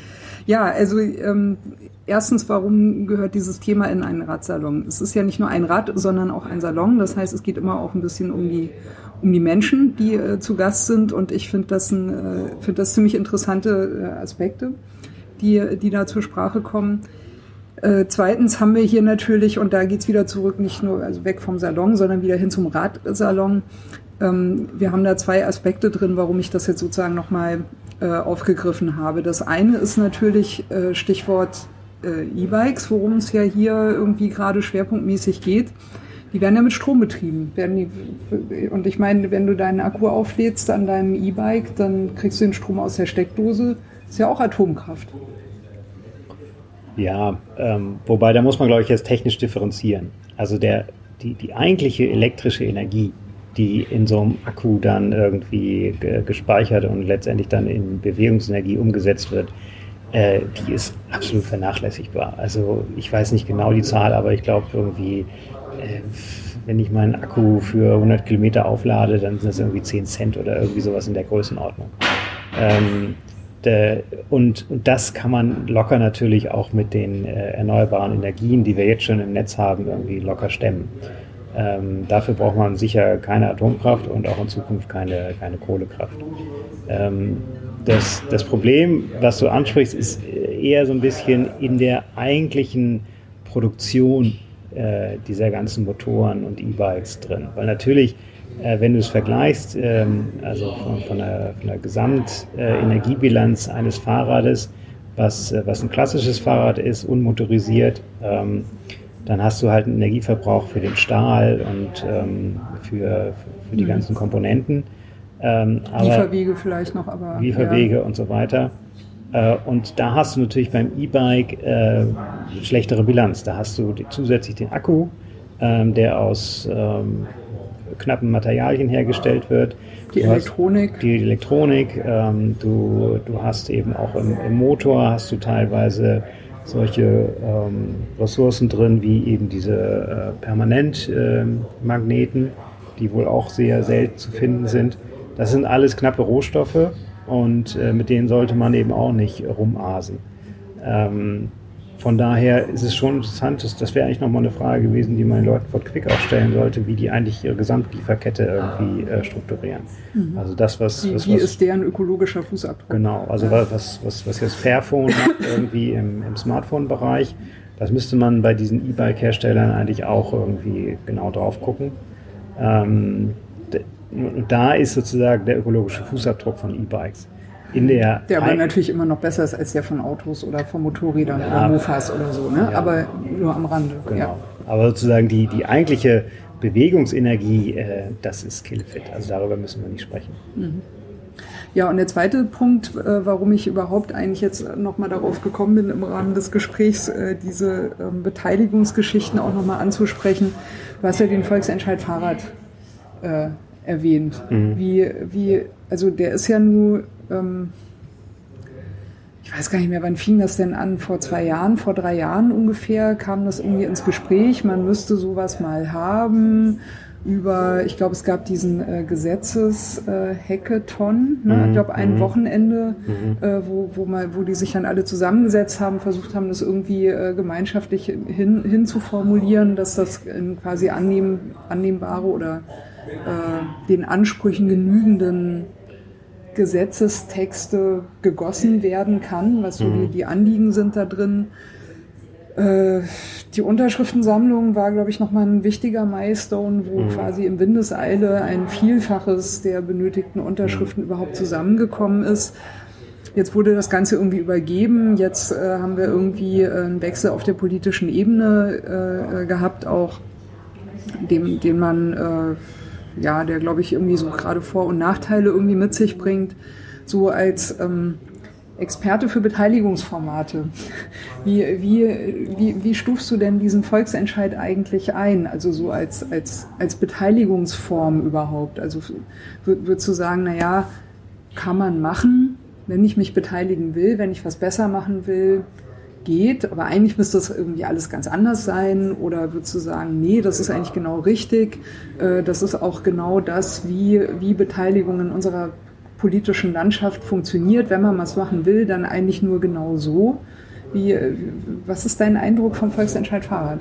Ja, also ähm, erstens, warum gehört dieses Thema in einen Radsalon? Es ist ja nicht nur ein Rad, sondern auch ein Salon. Das heißt, es geht immer auch ein bisschen um die um die Menschen, die äh, zu Gast sind. Und ich finde das, ein, äh, find das ziemlich interessante äh, Aspekte, die, die da zur Sprache kommen. Äh, zweitens haben wir hier natürlich, und da geht's wieder zurück, nicht nur also weg vom Salon, sondern wieder hin zum Radsalon. Ähm, wir haben da zwei Aspekte drin, warum ich das jetzt sozusagen nochmal äh, aufgegriffen habe. Das eine ist natürlich äh, Stichwort äh, E-Bikes, worum es ja hier irgendwie gerade schwerpunktmäßig geht. Die werden ja mit Strom betrieben. Werden die, und ich meine, wenn du deinen Akku auflädst an deinem E-Bike, dann kriegst du den Strom aus der Steckdose. Das ist ja auch Atomkraft. Ja, ähm, wobei da muss man, glaube ich, jetzt technisch differenzieren. Also der, die, die eigentliche elektrische Energie, die in so einem Akku dann irgendwie ge- gespeichert und letztendlich dann in Bewegungsenergie umgesetzt wird, äh, die ist absolut vernachlässigbar. Also ich weiß nicht genau die Zahl, aber ich glaube irgendwie, äh, wenn ich meinen Akku für hundert Kilometer auflade, dann sind das irgendwie zehn Cent oder irgendwie sowas in der Größenordnung. Ähm, de, und, und das kann man locker natürlich auch mit den äh, erneuerbaren Energien, die wir jetzt schon im Netz haben, irgendwie locker stemmen. Ähm, dafür braucht man sicher keine Atomkraft und auch in Zukunft keine, keine Kohlekraft. Ähm, das, das Problem, was du ansprichst, ist eher so ein bisschen in der eigentlichen Produktion äh, dieser ganzen Motoren und E-Bikes drin. Weil natürlich, äh, wenn du es vergleichst, ähm, also von, von der, von der Gesamtenergiebilanz äh, eines Fahrrades, was, äh, was ein klassisches Fahrrad ist, unmotorisiert, ähm, dann hast du halt einen Energieverbrauch für den Stahl und ähm, für, für die ganzen Komponenten. Ähm, aber Lieferwege vielleicht noch, aber... Lieferwege ja. Und so weiter. Äh, und da hast du natürlich beim E-Bike äh, schlechtere Bilanz. Da hast du die, zusätzlich den Akku, ähm, der aus ähm, knappen Materialien hergestellt wird. Die du Elektronik. Hast die Elektronik. Ähm, du, du hast eben auch im, im Motor hast du teilweise solche ähm, Ressourcen drin, wie eben diese äh, Permanentmagneten, äh, die wohl auch sehr selten zu finden sind. Das sind alles knappe Rohstoffe und äh, mit denen sollte man eben auch nicht rumasen. Ähm, von daher ist es schon interessant, das, das wäre eigentlich nochmal eine Frage gewesen, die man den Leuten von Quick auch stellen sollte, wie die eigentlich ihre Gesamtlieferkette irgendwie äh, strukturieren. Mhm. Also das, was... Wie, was, wie was, ist deren ökologischer Fußabdruck? Genau, also ja. was, was, was jetzt Fairphone macht irgendwie im, im Smartphone-Bereich, das müsste man bei diesen E-Bike-Herstellern eigentlich auch irgendwie genau drauf gucken. Ähm, Und da ist sozusagen der ökologische Fußabdruck von E-Bikes. In der, der aber natürlich immer noch besser ist als der von Autos oder von Motorrädern ja, oder Mofas oder so, ne? Ja. Aber nur am Rande. Genau. Ja. Aber sozusagen die, die eigentliche Bewegungsenergie, äh, das ist Killfit. Also darüber müssen wir nicht sprechen. Mhm. Ja, und der zweite Punkt, äh, warum ich überhaupt eigentlich jetzt nochmal darauf gekommen bin, im Rahmen des Gesprächs äh, diese ähm, Beteiligungsgeschichten auch nochmal anzusprechen, du hast ja den Volksentscheid Fahrrad äh, erwähnt. Mhm. Wie, wie, also der ist ja nur, ähm, ich weiß gar nicht mehr, wann fing das denn an? Vor zwei Jahren, vor drei Jahren ungefähr kam das irgendwie ins Gespräch. Man müsste sowas mal haben über, ich glaube, es gab diesen äh, Gesetzes-Hackathon, äh, ne? Mhm. Ich glaube, ein mhm. Wochenende, Mhm. äh, wo, wo, mal, wo die sich dann alle zusammengesetzt haben, versucht haben, das irgendwie äh, gemeinschaftlich hin, hin zu formulieren, dass das in quasi annehm, annehmbare oder äh, den Ansprüchen genügenden Gesetzestexte gegossen werden kann, was so Mhm. die, die Anliegen sind da drin. Äh, die Unterschriftensammlung war, glaube ich, nochmal ein wichtiger Milestone, wo Mhm. quasi im Windeseile ein Vielfaches der benötigten Unterschriften mhm. überhaupt zusammengekommen ist. Jetzt wurde das Ganze irgendwie übergeben. Jetzt äh, haben wir irgendwie äh, einen Wechsel auf der politischen Ebene äh, gehabt, auch dem, den man äh, ja, der, glaube ich, irgendwie so gerade Vor- und Nachteile irgendwie mit sich bringt, so als ähm, Experte für Beteiligungsformate. Wie, wie, wie, wie stufst du denn diesen Volksentscheid eigentlich ein? Also so als, als, als Beteiligungsform überhaupt? Also würdest du sagen, na ja, kann man machen, wenn ich mich beteiligen will, wenn ich was besser machen will, geht, aber eigentlich müsste das irgendwie alles ganz anders sein, oder würdest du sagen, nee, das ist eigentlich genau richtig, das ist auch genau das, wie, wie Beteiligung in unserer politischen Landschaft funktioniert, wenn man was machen will, dann eigentlich nur genau so. Wie, was ist dein Eindruck vom Volksentscheid Fahrrad?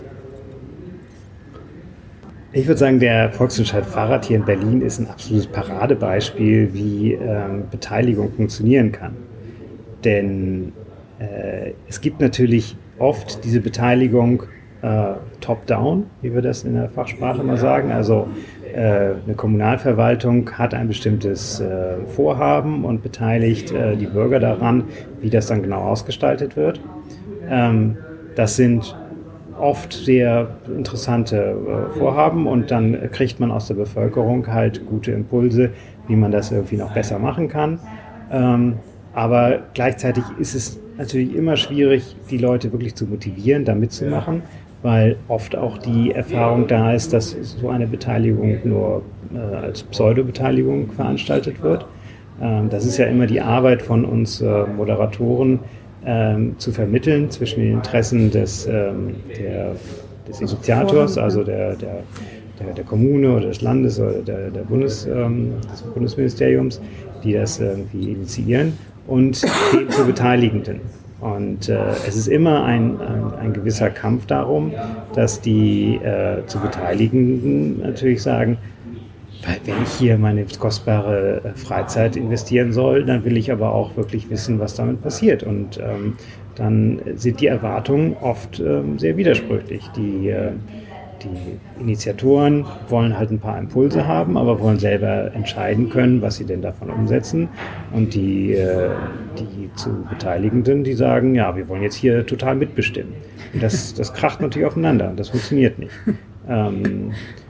Ich würde sagen, der Volksentscheid Fahrrad hier in Berlin ist ein absolutes Paradebeispiel, wie ähm, Beteiligung funktionieren kann. Denn äh, es gibt natürlich oft diese Beteiligung äh, top-down, wie wir das in der Fachsprache mal sagen. Also äh, eine Kommunalverwaltung hat ein bestimmtes äh, Vorhaben und beteiligt äh, die Bürger daran, wie das dann genau ausgestaltet wird. Ähm, das sind oft sehr interessante äh, Vorhaben, und dann kriegt man aus der Bevölkerung halt gute Impulse, wie man das irgendwie noch besser machen kann. Ähm, aber gleichzeitig ist es natürlich immer schwierig, die Leute wirklich zu motivieren, da mitzumachen, weil oft auch die Erfahrung da ist, dass so eine Beteiligung nur äh, als Pseudo-Beteiligung veranstaltet wird. Ähm, das ist ja immer die Arbeit von uns äh, Moderatoren, Ähm, zu vermitteln zwischen den Interessen des, ähm, der, des Initiators, also der, der, der, der Kommune oder des Landes oder der, der Bundes, ähm, des Bundesministeriums, die das irgendwie initiieren, und den zu Beteiligenden. Und äh, es ist immer ein, ein, ein gewisser Kampf darum, dass die äh, zu Beteiligenden natürlich sagen, weil wenn ich hier meine kostbare Freizeit investieren soll, dann will ich aber auch wirklich wissen, was damit passiert. Und ähm, dann sind die Erwartungen oft ähm, sehr widersprüchlich. Die, äh, die Initiatoren wollen halt ein paar Impulse haben, aber wollen selber entscheiden können, was sie denn davon umsetzen. Und die, äh, die zu Beteiligenden, die sagen, ja, wir wollen jetzt hier total mitbestimmen. Und das, das kracht natürlich aufeinander. Das funktioniert nicht. Ähm,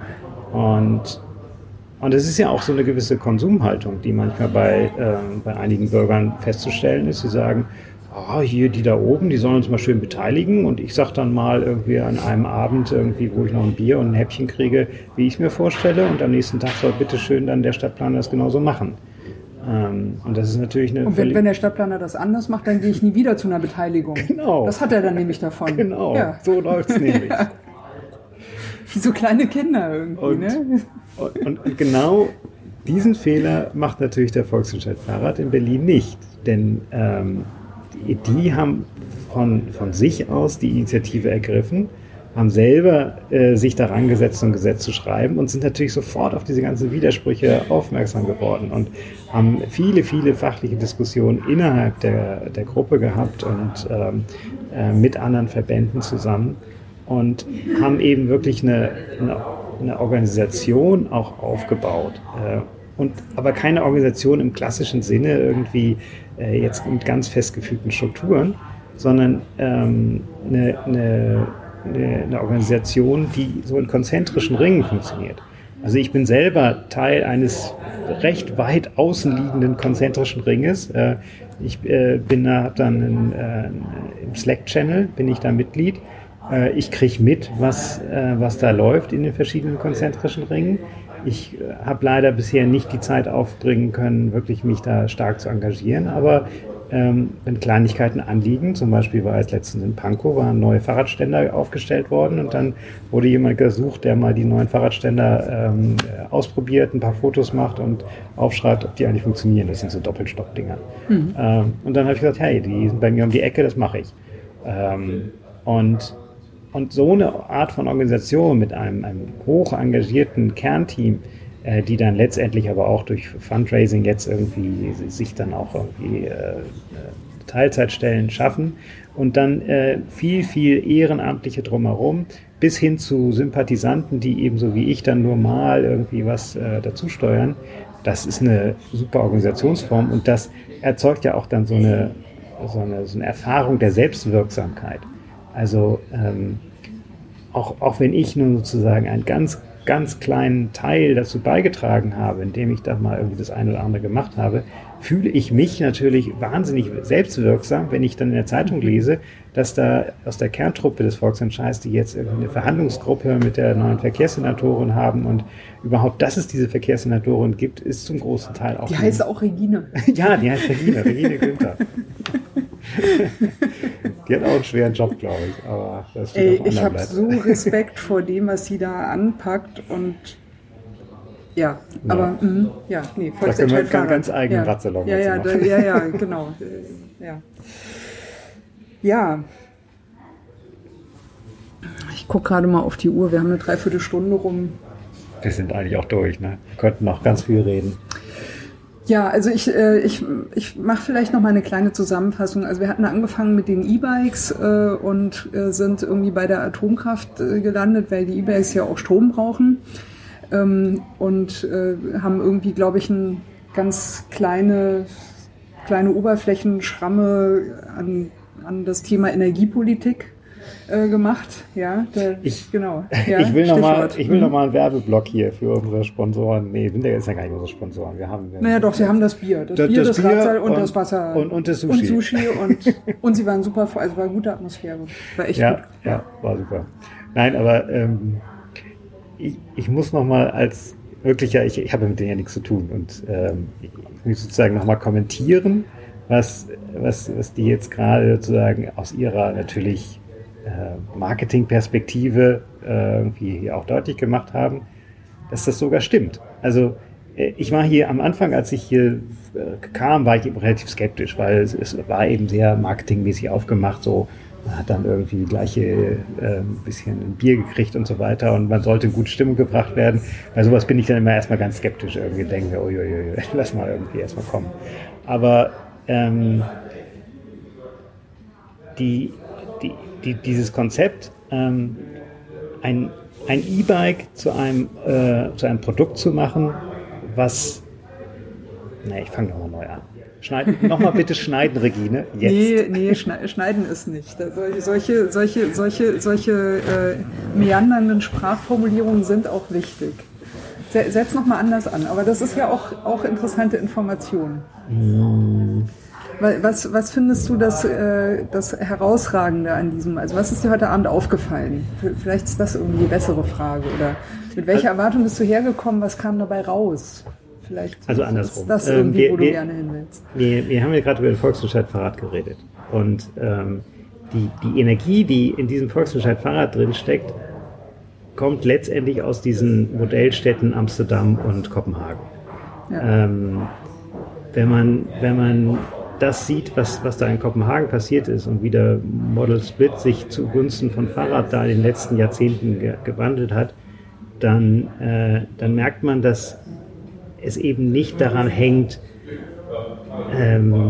und Und es ist ja auch so eine gewisse Konsumhaltung, die manchmal bei, äh, bei einigen Bürgern festzustellen ist. Sie sagen, oh, hier die da oben, die sollen uns mal schön beteiligen, und ich sage dann mal irgendwie an einem Abend, irgendwie, wo ich noch ein Bier und ein Häppchen kriege, wie ich es mir vorstelle, und am nächsten Tag soll bitte schön dann der Stadtplaner das genauso machen. Ähm, und das ist natürlich eine Und wenn, wenn der Stadtplaner das anders macht, dann gehe ich nie wieder zu einer Beteiligung. Genau. Das hat er dann nämlich davon. Genau, ja. So läuft es nämlich. Ja. Wie so kleine Kinder irgendwie, und, ne? Und, und, und genau diesen Fehler macht natürlich der Volksentscheid Fahrrad in Berlin nicht. Denn ähm, die, die haben von, von sich aus die Initiative ergriffen, haben selber äh, sich daran gesetzt, ein Gesetz zu schreiben, und sind natürlich sofort auf diese ganzen Widersprüche aufmerksam geworden und haben viele, viele fachliche Diskussionen innerhalb der, der Gruppe gehabt und ähm, äh, mit anderen Verbänden zusammen, und haben eben wirklich eine, eine, eine Organisation auch aufgebaut. Äh, und, aber keine Organisation im klassischen Sinne irgendwie äh, jetzt mit ganz festgefügten Strukturen, sondern ähm, eine, eine, eine, eine Organisation, die so in konzentrischen Ringen funktioniert. Also ich bin selber Teil eines recht weit außenliegenden konzentrischen Ringes. Äh, ich äh, bin da, hab dann einen, äh, im Slack-Channel bin ich da Mitglied. Ich kriege mit, was, äh, was da läuft in den verschiedenen konzentrischen Ringen. ich äh, habe leider bisher nicht die Zeit aufbringen können, wirklich mich da stark zu engagieren, aber ähm, wenn Kleinigkeiten anliegen, zum Beispiel war es letztens in Pankow, waren neue Fahrradständer aufgestellt worden und dann wurde jemand gesucht, der mal die neuen Fahrradständer ähm, ausprobiert, ein paar Fotos macht und aufschreibt, ob die eigentlich funktionieren. Das sind so Doppelstockdinger. Mhm. Ähm, und dann habe ich gesagt, hey, die sind bei mir um die Ecke, das mache ich. Ähm, und, und so eine Art von Organisation mit einem, einem hoch engagierten Kernteam, die dann letztendlich aber auch durch Fundraising jetzt irgendwie sich dann auch irgendwie äh, Teilzeitstellen schaffen und dann äh, viel, viel Ehrenamtliche drumherum, bis hin zu Sympathisanten, die ebenso wie ich dann nur mal irgendwie was äh, dazu steuern. Das ist eine super Organisationsform und das erzeugt ja auch dann so eine, so eine, so eine Erfahrung der Selbstwirksamkeit. Also ähm, auch, auch wenn ich nun sozusagen ein ganz ganz kleinen Teil dazu beigetragen habe, indem ich da mal irgendwie das eine oder andere gemacht habe, fühle ich mich natürlich wahnsinnig selbstwirksam, wenn ich dann in der Zeitung lese, dass da aus der Kerntruppe des Volksentscheids, die jetzt irgendwie eine Verhandlungsgruppe mit der neuen Verkehrssenatorin haben und überhaupt, dass es diese Verkehrssenatorin gibt, ist zum großen Teil auch... Die heißt auch Regine. Ja, die heißt Regine, Regine Günther. Die hat auch einen schweren Job, glaube ich. Aber das steht Ey, auf ich habe Blatt. so Respekt vor dem, was sie da anpackt und ja, ja. aber mh, ja, nee, da können wir einen ganz eigenen ja. Radsalon ja, ja, machen. Da, ja, ja, genau. Ja. ja. Ich gucke gerade mal auf die Uhr, wir haben eine Dreiviertelstunde rum. Wir sind eigentlich auch durch, ne? Wir könnten noch ganz viel reden. Ja, also ich, äh, ich, ich mache vielleicht noch mal eine kleine Zusammenfassung. Also wir hatten angefangen mit den E-Bikes äh, und äh, sind irgendwie bei der Atomkraft äh, gelandet, weil die E-Bikes ja auch Strom brauchen ähm, und äh, haben irgendwie, glaube ich, eine ganz kleine, kleine Oberflächenschramme an, an das Thema Energiepolitik äh, gemacht. Ja, der, ich, genau. Ja, ich will nochmal mhm. noch einen Werbeblock hier für unsere Sponsoren. Nee, Winter ist ja gar nicht unsere Sponsoren. Wir haben, naja, doch, sie haben das Bier. Das, das Bier, das, das Radsaal Bier und, und das Wasser. Und, und das Sushi. Und Sushi und, und sie waren super, also war eine gute Atmosphäre. War echt ja, gut. Ja, war super. Nein, aber ähm, ich, ich muss nochmal als wirklicher, ich, ich habe mit denen ja nichts zu tun und ähm, ich muss sozusagen nochmal kommentieren, was, was, was die jetzt gerade sozusagen aus ihrer natürlich Marketingperspektive äh, irgendwie hier auch deutlich gemacht haben, dass das sogar stimmt. Also äh, ich war hier am Anfang, als ich hier äh, kam, war ich eben relativ skeptisch, weil es, es war eben sehr marketingmäßig aufgemacht, so man hat dann irgendwie gleiche äh, ein bisschen ein Bier gekriegt und so weiter und man sollte in gute Stimmung gebracht werden. Bei sowas bin ich dann immer erstmal ganz skeptisch, irgendwie denken wir, uiuiui, lass mal irgendwie erstmal kommen. Aber ähm, die Die, die, dieses Konzept, ähm, ein, ein E-Bike zu einem, äh, zu einem Produkt zu machen, was, ne, ich fange nochmal neu an. Schneiden, nochmal bitte schneiden, Regine, jetzt. Nee, nee, schneiden ist nicht. Solche, solche, solche, solche äh, meandernden Sprachformulierungen sind auch wichtig. Setz nochmal anders an, aber das ist ja auch, auch interessante Information. Mm. Was, was findest du das, äh, das Herausragende an diesem? Also was ist dir heute Abend aufgefallen? Vielleicht ist das irgendwie die bessere Frage. Oder mit welcher Erwartung bist du hergekommen? Was kam dabei raus? Vielleicht also andersrum. Ist das irgendwie, ähm, wir, wo du wir, gerne hin willst. Wir, wir haben ja gerade über den Volksentscheid-Fahrrad geredet. Und ähm, die, die Energie, die in diesem Volksentscheid-Fahrrad drin steckt, kommt letztendlich aus diesen Modellstädten Amsterdam und Kopenhagen. Ja. Ähm, wenn man, wenn man das sieht, was, was da in Kopenhagen passiert ist und wie der Model Split sich zugunsten von Fahrrad da in den letzten Jahrzehnten ge- gewandelt hat, dann, äh, dann merkt man, dass es eben nicht daran hängt, ähm,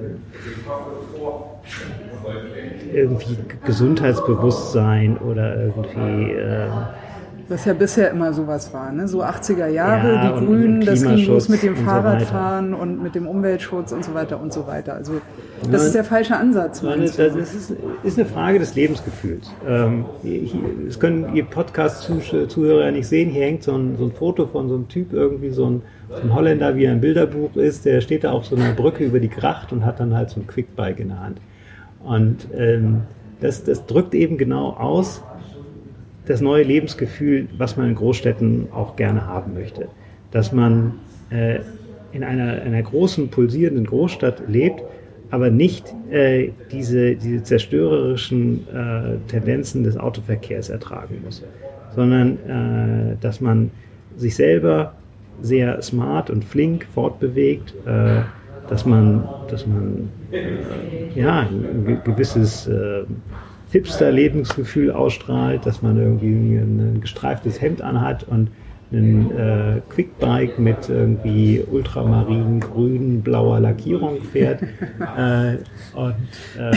irgendwie Gesundheitsbewusstsein oder irgendwie... Äh, Was ja bisher immer sowas war, ne? So achtziger Jahre, ja, die Grünen, das ging los mit dem und Fahrradfahren so und mit dem Umweltschutz und so weiter und so weiter. Also das ja, ist der falsche Ansatz. Das ist, ist eine Frage des Lebensgefühls. Ähm, hier, das können ihr Podcast-Zuhörer ja nicht sehen. Hier hängt so ein, so ein Foto von so einem Typ, irgendwie so ein, so ein Holländer, wie er ein Bilderbuch ist. Der steht da auf so einer Brücke über die Gracht und hat dann halt so ein Quickbike in der Hand. Und ähm, das, das drückt eben genau aus, das neue Lebensgefühl, was man in Großstädten auch gerne haben möchte. Dass man äh, in einer, einer großen, pulsierenden Großstadt lebt, aber nicht äh, diese, diese zerstörerischen äh, Tendenzen des Autoverkehrs ertragen muss, sondern äh, dass man sich selber sehr smart und flink fortbewegt, äh, dass man, dass man äh, ja, ein gewisses äh, Hipster-Lebensgefühl ausstrahlt, dass man irgendwie ein, ein gestreiftes Hemd anhat und ein äh, Quickbike mit irgendwie ultramarin, grün, blauer Lackierung fährt. äh, und äh,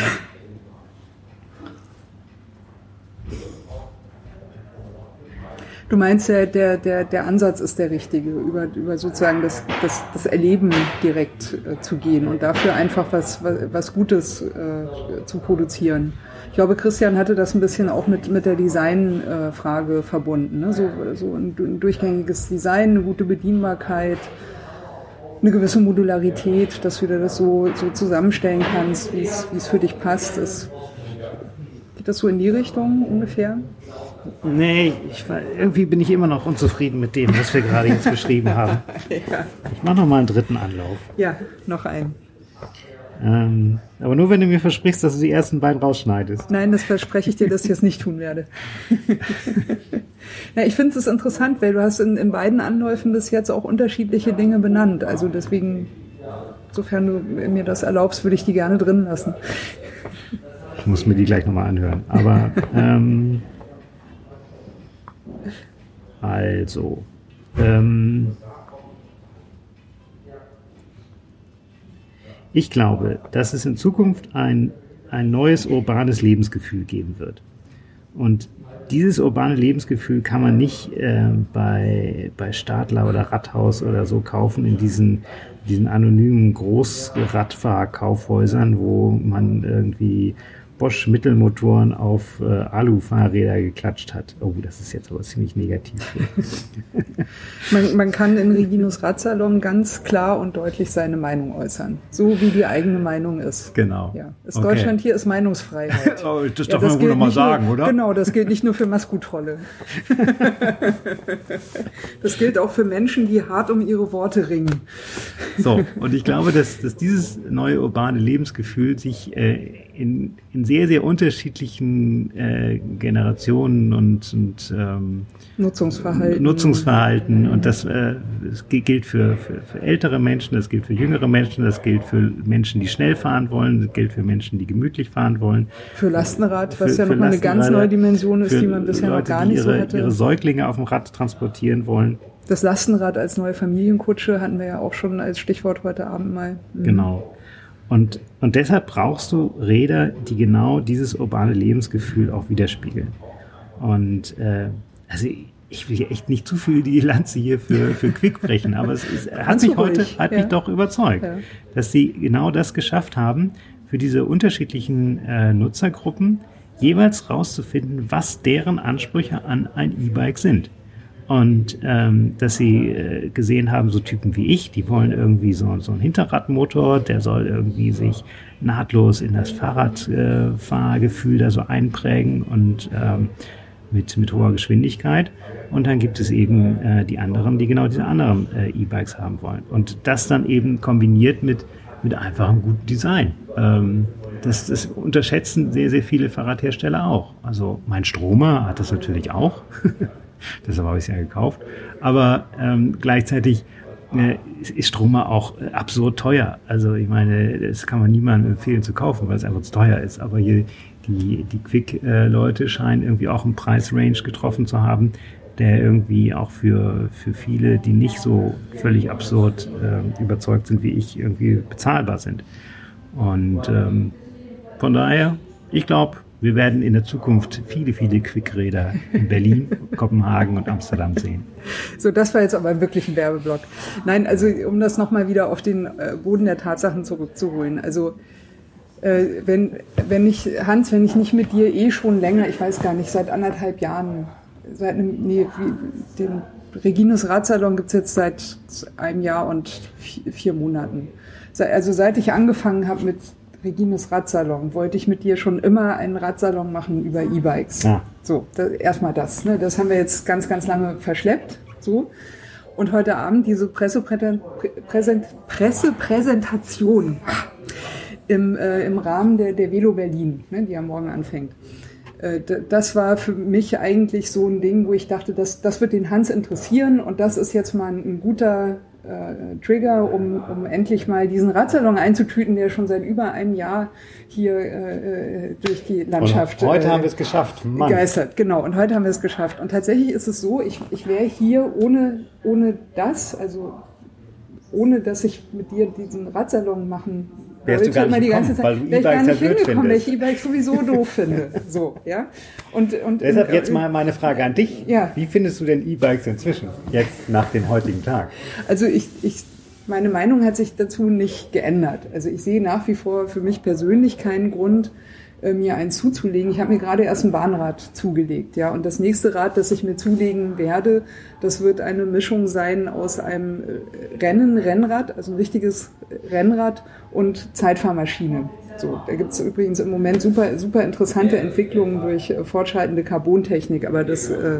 Du meinst, der, der, der, der Ansatz ist der richtige, über, über sozusagen das, das, das Erleben direkt äh, zu gehen und dafür einfach was, was, was Gutes äh, zu produzieren. Ich glaube, Christian hatte das ein bisschen auch mit, mit der Designfrage äh, verbunden. Ne? So, so ein, ein durchgängiges Design, eine gute Bedienbarkeit, eine gewisse Modularität, dass du dir das so, so zusammenstellen kannst, wie es, wie es für dich passt. Das, geht das so in die Richtung ungefähr? Nee, ich, irgendwie bin ich immer noch unzufrieden mit dem, was wir gerade jetzt beschrieben haben. Ja. Ich mache noch mal einen dritten Anlauf. Ja, noch einen. Ähm, aber nur, wenn du mir versprichst, dass du die ersten beiden rausschneidest. Nein, das verspreche ich dir, dass ich es nicht tun werde. Ja, ich finde es interessant, weil du hast in, in beiden Anläufen bis jetzt auch unterschiedliche Dinge benannt. Also deswegen, sofern du mir das erlaubst, würde ich die gerne drin lassen. Ich muss mir die gleich nochmal anhören. Aber ähm, also ähm, ich glaube, dass es in Zukunft ein, ein neues urbanes Lebensgefühl geben wird. Und dieses urbane Lebensgefühl kann man nicht äh, bei, bei Stadler oder Rathaus oder so kaufen, in diesen, diesen anonymen Großradfahrkaufhäusern, wo man irgendwie Bosch Mittelmotoren auf äh, Alu-Fahrräder geklatscht hat. Oh, das ist jetzt aber ziemlich negativ. man, man kann in Reginus Radsalon ganz klar und deutlich seine Meinung äußern. So wie die eigene Meinung ist. Genau. Ja. Ist okay. Deutschland hier ist Meinungsfreiheit. Oh, das ja, darf man wohl noch mal sagen, nur, oder? Genau, das gilt nicht nur für Maskutrolle. Das gilt auch für Menschen, die hart um ihre Worte ringen. So, und ich glaube, dass, dass dieses neue urbane Lebensgefühl sich äh, in, in sehr, sehr unterschiedlichen äh, Generationen und, und ähm, Nutzungsverhalten. Nutzungsverhalten und das, äh, das gilt für, für, für ältere Menschen, das gilt für jüngere Menschen, das gilt für Menschen, die schnell fahren wollen, das gilt für Menschen, die gemütlich fahren wollen. Für Lastenrad, was für, ja nochmal eine ganz neue Dimension ist, die man bisher Leute, noch gar nicht ihre, so hatte. ihre Säuglinge auf dem Rad transportieren wollen. Das Lastenrad als neue Familienkutsche hatten wir ja auch schon als Stichwort heute Abend mal. Mhm. Genau. Und, und deshalb brauchst du Räder, die genau dieses urbane Lebensgefühl auch widerspiegeln. Und äh, also ich will hier echt nicht zu viel die Lanze hier für, für Quick brechen, aber es ist, hat mich heute hat ja. mich doch überzeugt, ja. dass sie genau das geschafft haben, für diese unterschiedlichen äh, Nutzergruppen jeweils rauszufinden, was deren Ansprüche an ein E-Bike sind. Und ähm, dass sie äh, gesehen haben, so Typen wie ich, die wollen irgendwie so, so einen Hinterradmotor, der soll irgendwie sich nahtlos in das Fahrradfahrgefühl äh, da so einprägen und ähm, mit, mit hoher Geschwindigkeit. Und dann gibt es eben äh, die anderen, die genau diese anderen äh, E-Bikes haben wollen. Und das dann eben kombiniert mit, mit einfachem guten Design. Ähm, das, das unterschätzen sehr, sehr viele Fahrradhersteller auch. Also mein Stromer hat das natürlich auch. Deshalb habe ich es ja gekauft. Aber ähm, gleichzeitig äh, ist Stromer auch äh, absurd teuer. Also ich meine, das kann man niemandem empfehlen zu kaufen, weil es einfach zu teuer ist. Aber hier die, die Quick-Leute äh, scheinen irgendwie auch einen Preisrange getroffen zu haben, der irgendwie auch für, für viele, die nicht so völlig absurd äh, überzeugt sind wie ich, irgendwie bezahlbar sind. Und ähm, von daher, ich glaube, wir werden in der Zukunft viele, viele Quickräder in Berlin, Kopenhagen und Amsterdam sehen. So, das war jetzt aber wirklich ein Werbeblock. Nein, also um das nochmal wieder auf den Boden der Tatsachen zurückzuholen. Also äh, wenn, wenn ich, Hans, wenn ich nicht mit dir eh schon länger, ich weiß gar nicht, seit anderthalb Jahren, seit einem, nee, wie, den Reginus Radsalon gibt's jetzt seit einem Jahr und vier, vier Monaten. Also seit ich angefangen habe mit Regines Radsalon wollte ich mit dir schon immer einen Radsalon machen über E-Bikes. Ja. So, erstmal das. Ne? Das haben wir jetzt ganz, ganz lange verschleppt. So. Und heute Abend diese Pressepräsent, Präsent, Pressepräsentation im, äh, im Rahmen der, der Velo Berlin, ne, die ja morgen anfängt. Äh, das war für mich eigentlich so ein Ding, wo ich dachte, das, das wird den Hans interessieren und das ist jetzt mal ein, ein guter äh, Trigger, um, um endlich mal diesen Radsalon einzutüten, der schon seit über einem Jahr hier äh, durch die Landschaft und heute äh, haben wir es geschafft. Mann. Geistert. Genau, und heute haben wir es geschafft. Und tatsächlich ist es so, ich, ich wäre hier ohne, ohne das, also ohne dass ich mit dir diesen Radsalon machen wärst du gar nicht immer die gekommen, ganze Zeit, weil du wäre ich gar E-Bikes nicht ja blöd hingekommen, weil findest. ich E-Bikes sowieso doof finde. So, ja. Und, und, Deshalb und, jetzt mal meine Frage an dich. Ja. Wie findest du denn E-Bikes inzwischen, jetzt nach dem heutigen Tag? Also ich, ich, meine Meinung hat sich dazu nicht geändert. Also ich sehe nach wie vor für mich persönlich keinen Grund, mir eins zuzulegen. Ich habe mir gerade erst ein Bahnrad zugelegt, ja. Und das nächste Rad, das ich mir zulegen werde, das wird eine Mischung sein aus einem Rennen, Rennrad, also ein richtiges Rennrad und Zeitfahrmaschine. So, da gibt es übrigens im Moment super, super interessante Entwicklungen durch fortschreitende Carbontechnik, aber das äh,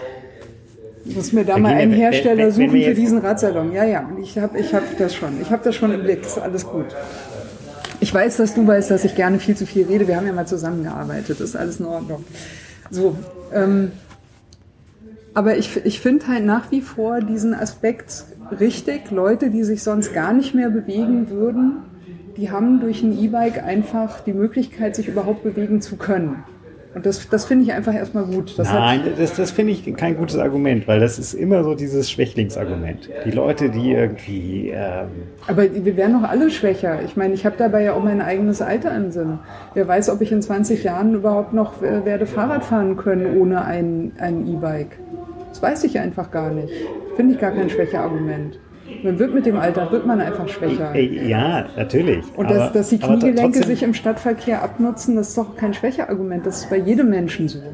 muss mir da Regine, mal einen wenn- Hersteller wenn- wenn suchen wir für jetzt- diesen Radsalon. Ja, ja, ich habe ich hab das schon. Ich habe das schon im Blick. Ist alles gut. Ich weiß, dass du weißt, dass ich gerne viel zu viel rede. Wir haben ja mal zusammengearbeitet. Ist alles in Ordnung. So, ähm, aber ich, ich finde halt nach wie vor diesen Aspekt richtig. Leute, die sich sonst gar nicht mehr bewegen würden, die haben durch ein E-Bike einfach die Möglichkeit, sich überhaupt bewegen zu können. Und das, das finde ich einfach erstmal gut. Das Nein, hat, das, das finde ich kein gutes Argument, weil das ist immer so dieses Schwächlingsargument. Die Leute, die irgendwie... Ähm aber wir werden doch alle schwächer. Ich meine, ich habe dabei ja auch mein eigenes Alter im Sinn. Wer weiß, ob ich in zwanzig Jahren überhaupt noch äh, werde Fahrrad fahren können ohne ein, ein E-Bike. Das weiß ich einfach gar nicht. Finde ich gar kein Schwächeargument. Man wird mit dem Alter, wird man einfach schwächer. Ey, ja, natürlich. Und aber, dass, dass die aber Kniegelenke trotzdem- sich im Stadtverkehr abnutzen, das ist doch kein Schwächeargument. Das ist bei jedem Menschen so.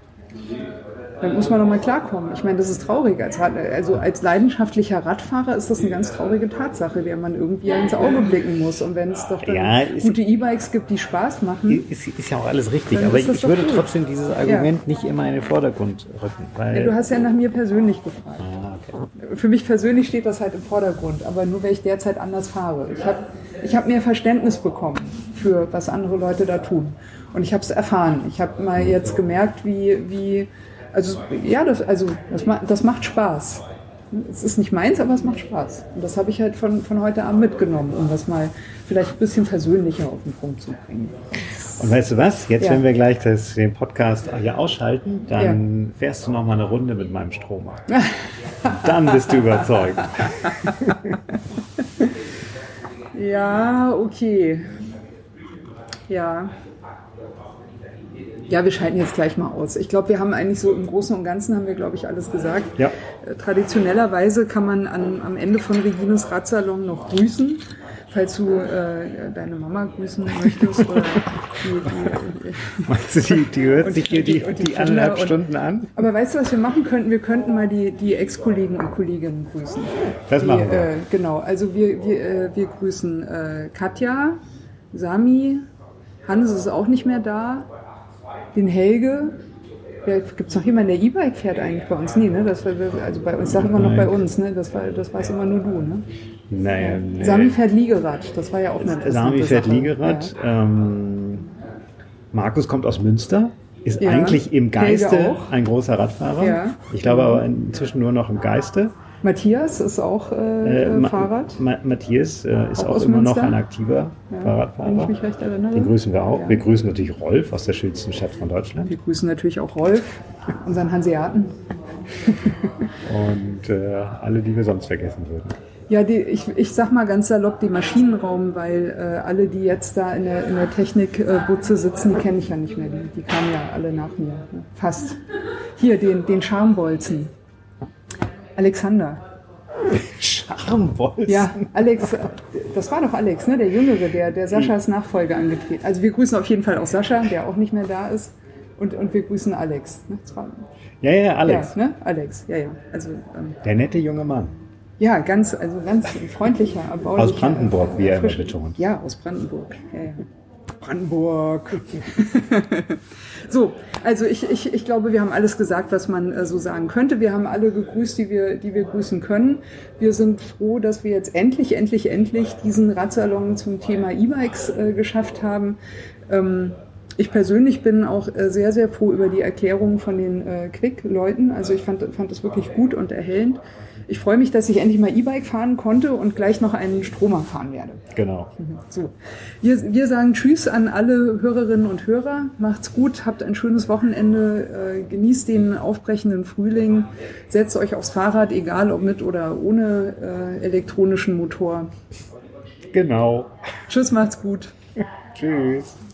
Da muss man doch mal klarkommen. Ich meine, das ist traurig. Als, Rad, also als leidenschaftlicher Radfahrer ist das eine ganz traurige Tatsache, der man irgendwie ins Auge blicken muss. Und wenn es doch dann Ja, ist- gute E-Bikes gibt, die Spaß machen. Ist, ist ja auch alles richtig, Dann aber ist ich, das ich doch würde gut. trotzdem dieses Argument nicht immer in den Vordergrund rücken. Weil Ja, du hast ja nach mir persönlich gefragt. Ah, okay. Für mich persönlich steht das halt im Vordergrund, aber nur weil ich derzeit anders fahre. Ich habe ich hab mehr Verständnis bekommen für was andere Leute da tun. Und ich habe es erfahren. Ich habe mal jetzt gemerkt, wie, wie also ja, das, also, das, ma- das macht Spaß. Es ist nicht meins, aber es macht Spaß. Und das habe ich halt von, von heute Abend mitgenommen, um das mal vielleicht ein bisschen persönlicher auf den Punkt zu bringen. Und weißt du was? Jetzt, Ja. wenn wir gleich das, den Podcast hier ausschalten, dann fährst du noch mal eine Runde mit meinem Stromer. Dann bist du überzeugt. Ja, okay. Ja. Ja, wir schalten jetzt gleich mal aus. Ich glaube, wir haben eigentlich so im Großen und Ganzen haben wir, glaube ich, alles gesagt. Ja. Äh, Traditionellerweise kann man an, am Ende von Regines Radsalon noch grüßen, falls du äh, deine Mama grüßen möchtest. Oder die, die, Meinst du, die, die hört Und sich hier die- die, und die die, Kinder anderthalb und- Stunden an? Aber weißt du, was wir machen könnten? Wir könnten mal die, die Ex-Kollegen und Kolleginnen grüßen. Das die, machen wir. Äh, genau, also wir, wir, äh, wir grüßen äh, Katja, Sami, Hannes ist auch nicht mehr da, den Helge. Gibt es noch jemanden, der E-Bike fährt eigentlich bei uns? Nee, ne? Das war, also bei uns, ich sag immer noch bei uns, ne? Das war, das weiß immer nur du, ne? Naja, nee. Sami fährt Liegerad, das war ja auch eine interessante Sami fährt Sache. Liegerad. Ähm, Markus kommt aus Münster. Ist Ja. eigentlich im Helge Geiste auch. ein großer Radfahrer. Ja. Ich glaube aber inzwischen nur noch im Geiste. Matthias ist auch äh, Äh, Ma- Fahrrad. Ma Matthias äh, ist Auch auch, aus immer noch Münster? ein aktiver Ja, wenn ich Fahrradfahrer. mich recht erinnere. Den grüßen wir auch. Ja. Wir grüßen natürlich Rolf aus der schönsten Stadt von Deutschland. Wir grüßen natürlich auch Rolf, unseren Hanseaten. Und äh, alle, die wir sonst vergessen würden. Ja, die, ich, ich sag mal ganz salopp, den Maschinenraum, weil äh, alle, die jetzt da in der, in der Technikbutze äh, sitzen, die kenne ich ja nicht mehr. Die, die kamen ja alle nach mir. Ne? Fast. Hier, den, den Schambolzen. Alexander. Schambolzen? Ja, Alex, äh, das war doch Alex, ne? Der Jüngere, der, der Saschas Nachfolger angetreten. Also wir grüßen auf jeden Fall auch Sascha, der auch nicht mehr da ist. Und, und wir grüßen Alex. Ne? Das war, Ja, ja, Alex. Ja, ne? Alex, ja, ja. Also, ähm, Der nette junge Mann. Ja, ganz, also ganz freundlicher, erbaulicher. Aus Brandenburg, wie er immer frisch, betont. Ja, aus Brandenburg. Ja, ja. Brandenburg. So, also ich, ich, ich glaube, wir haben alles gesagt, was man äh, so sagen könnte. Wir haben alle gegrüßt, die wir, die wir grüßen können. Wir sind froh, dass wir jetzt endlich, endlich, endlich diesen Radsalon zum Thema E-Bikes äh, geschafft haben. Ähm, Ich persönlich bin auch sehr, sehr froh über die Erklärung von den äh, Quick-Leuten. Also ich fand, fand das wirklich gut und erhellend. Ich freue mich, dass ich endlich mal E-Bike fahren konnte und gleich noch einen Stromer fahren werde. Genau. So. Wir, wir sagen Tschüss an alle Hörerinnen und Hörer. Macht's gut, habt ein schönes Wochenende, äh, genießt den aufbrechenden Frühling, setzt euch aufs Fahrrad, egal ob mit oder ohne äh, elektronischen Motor. Genau. Tschüss, macht's gut. Tschüss.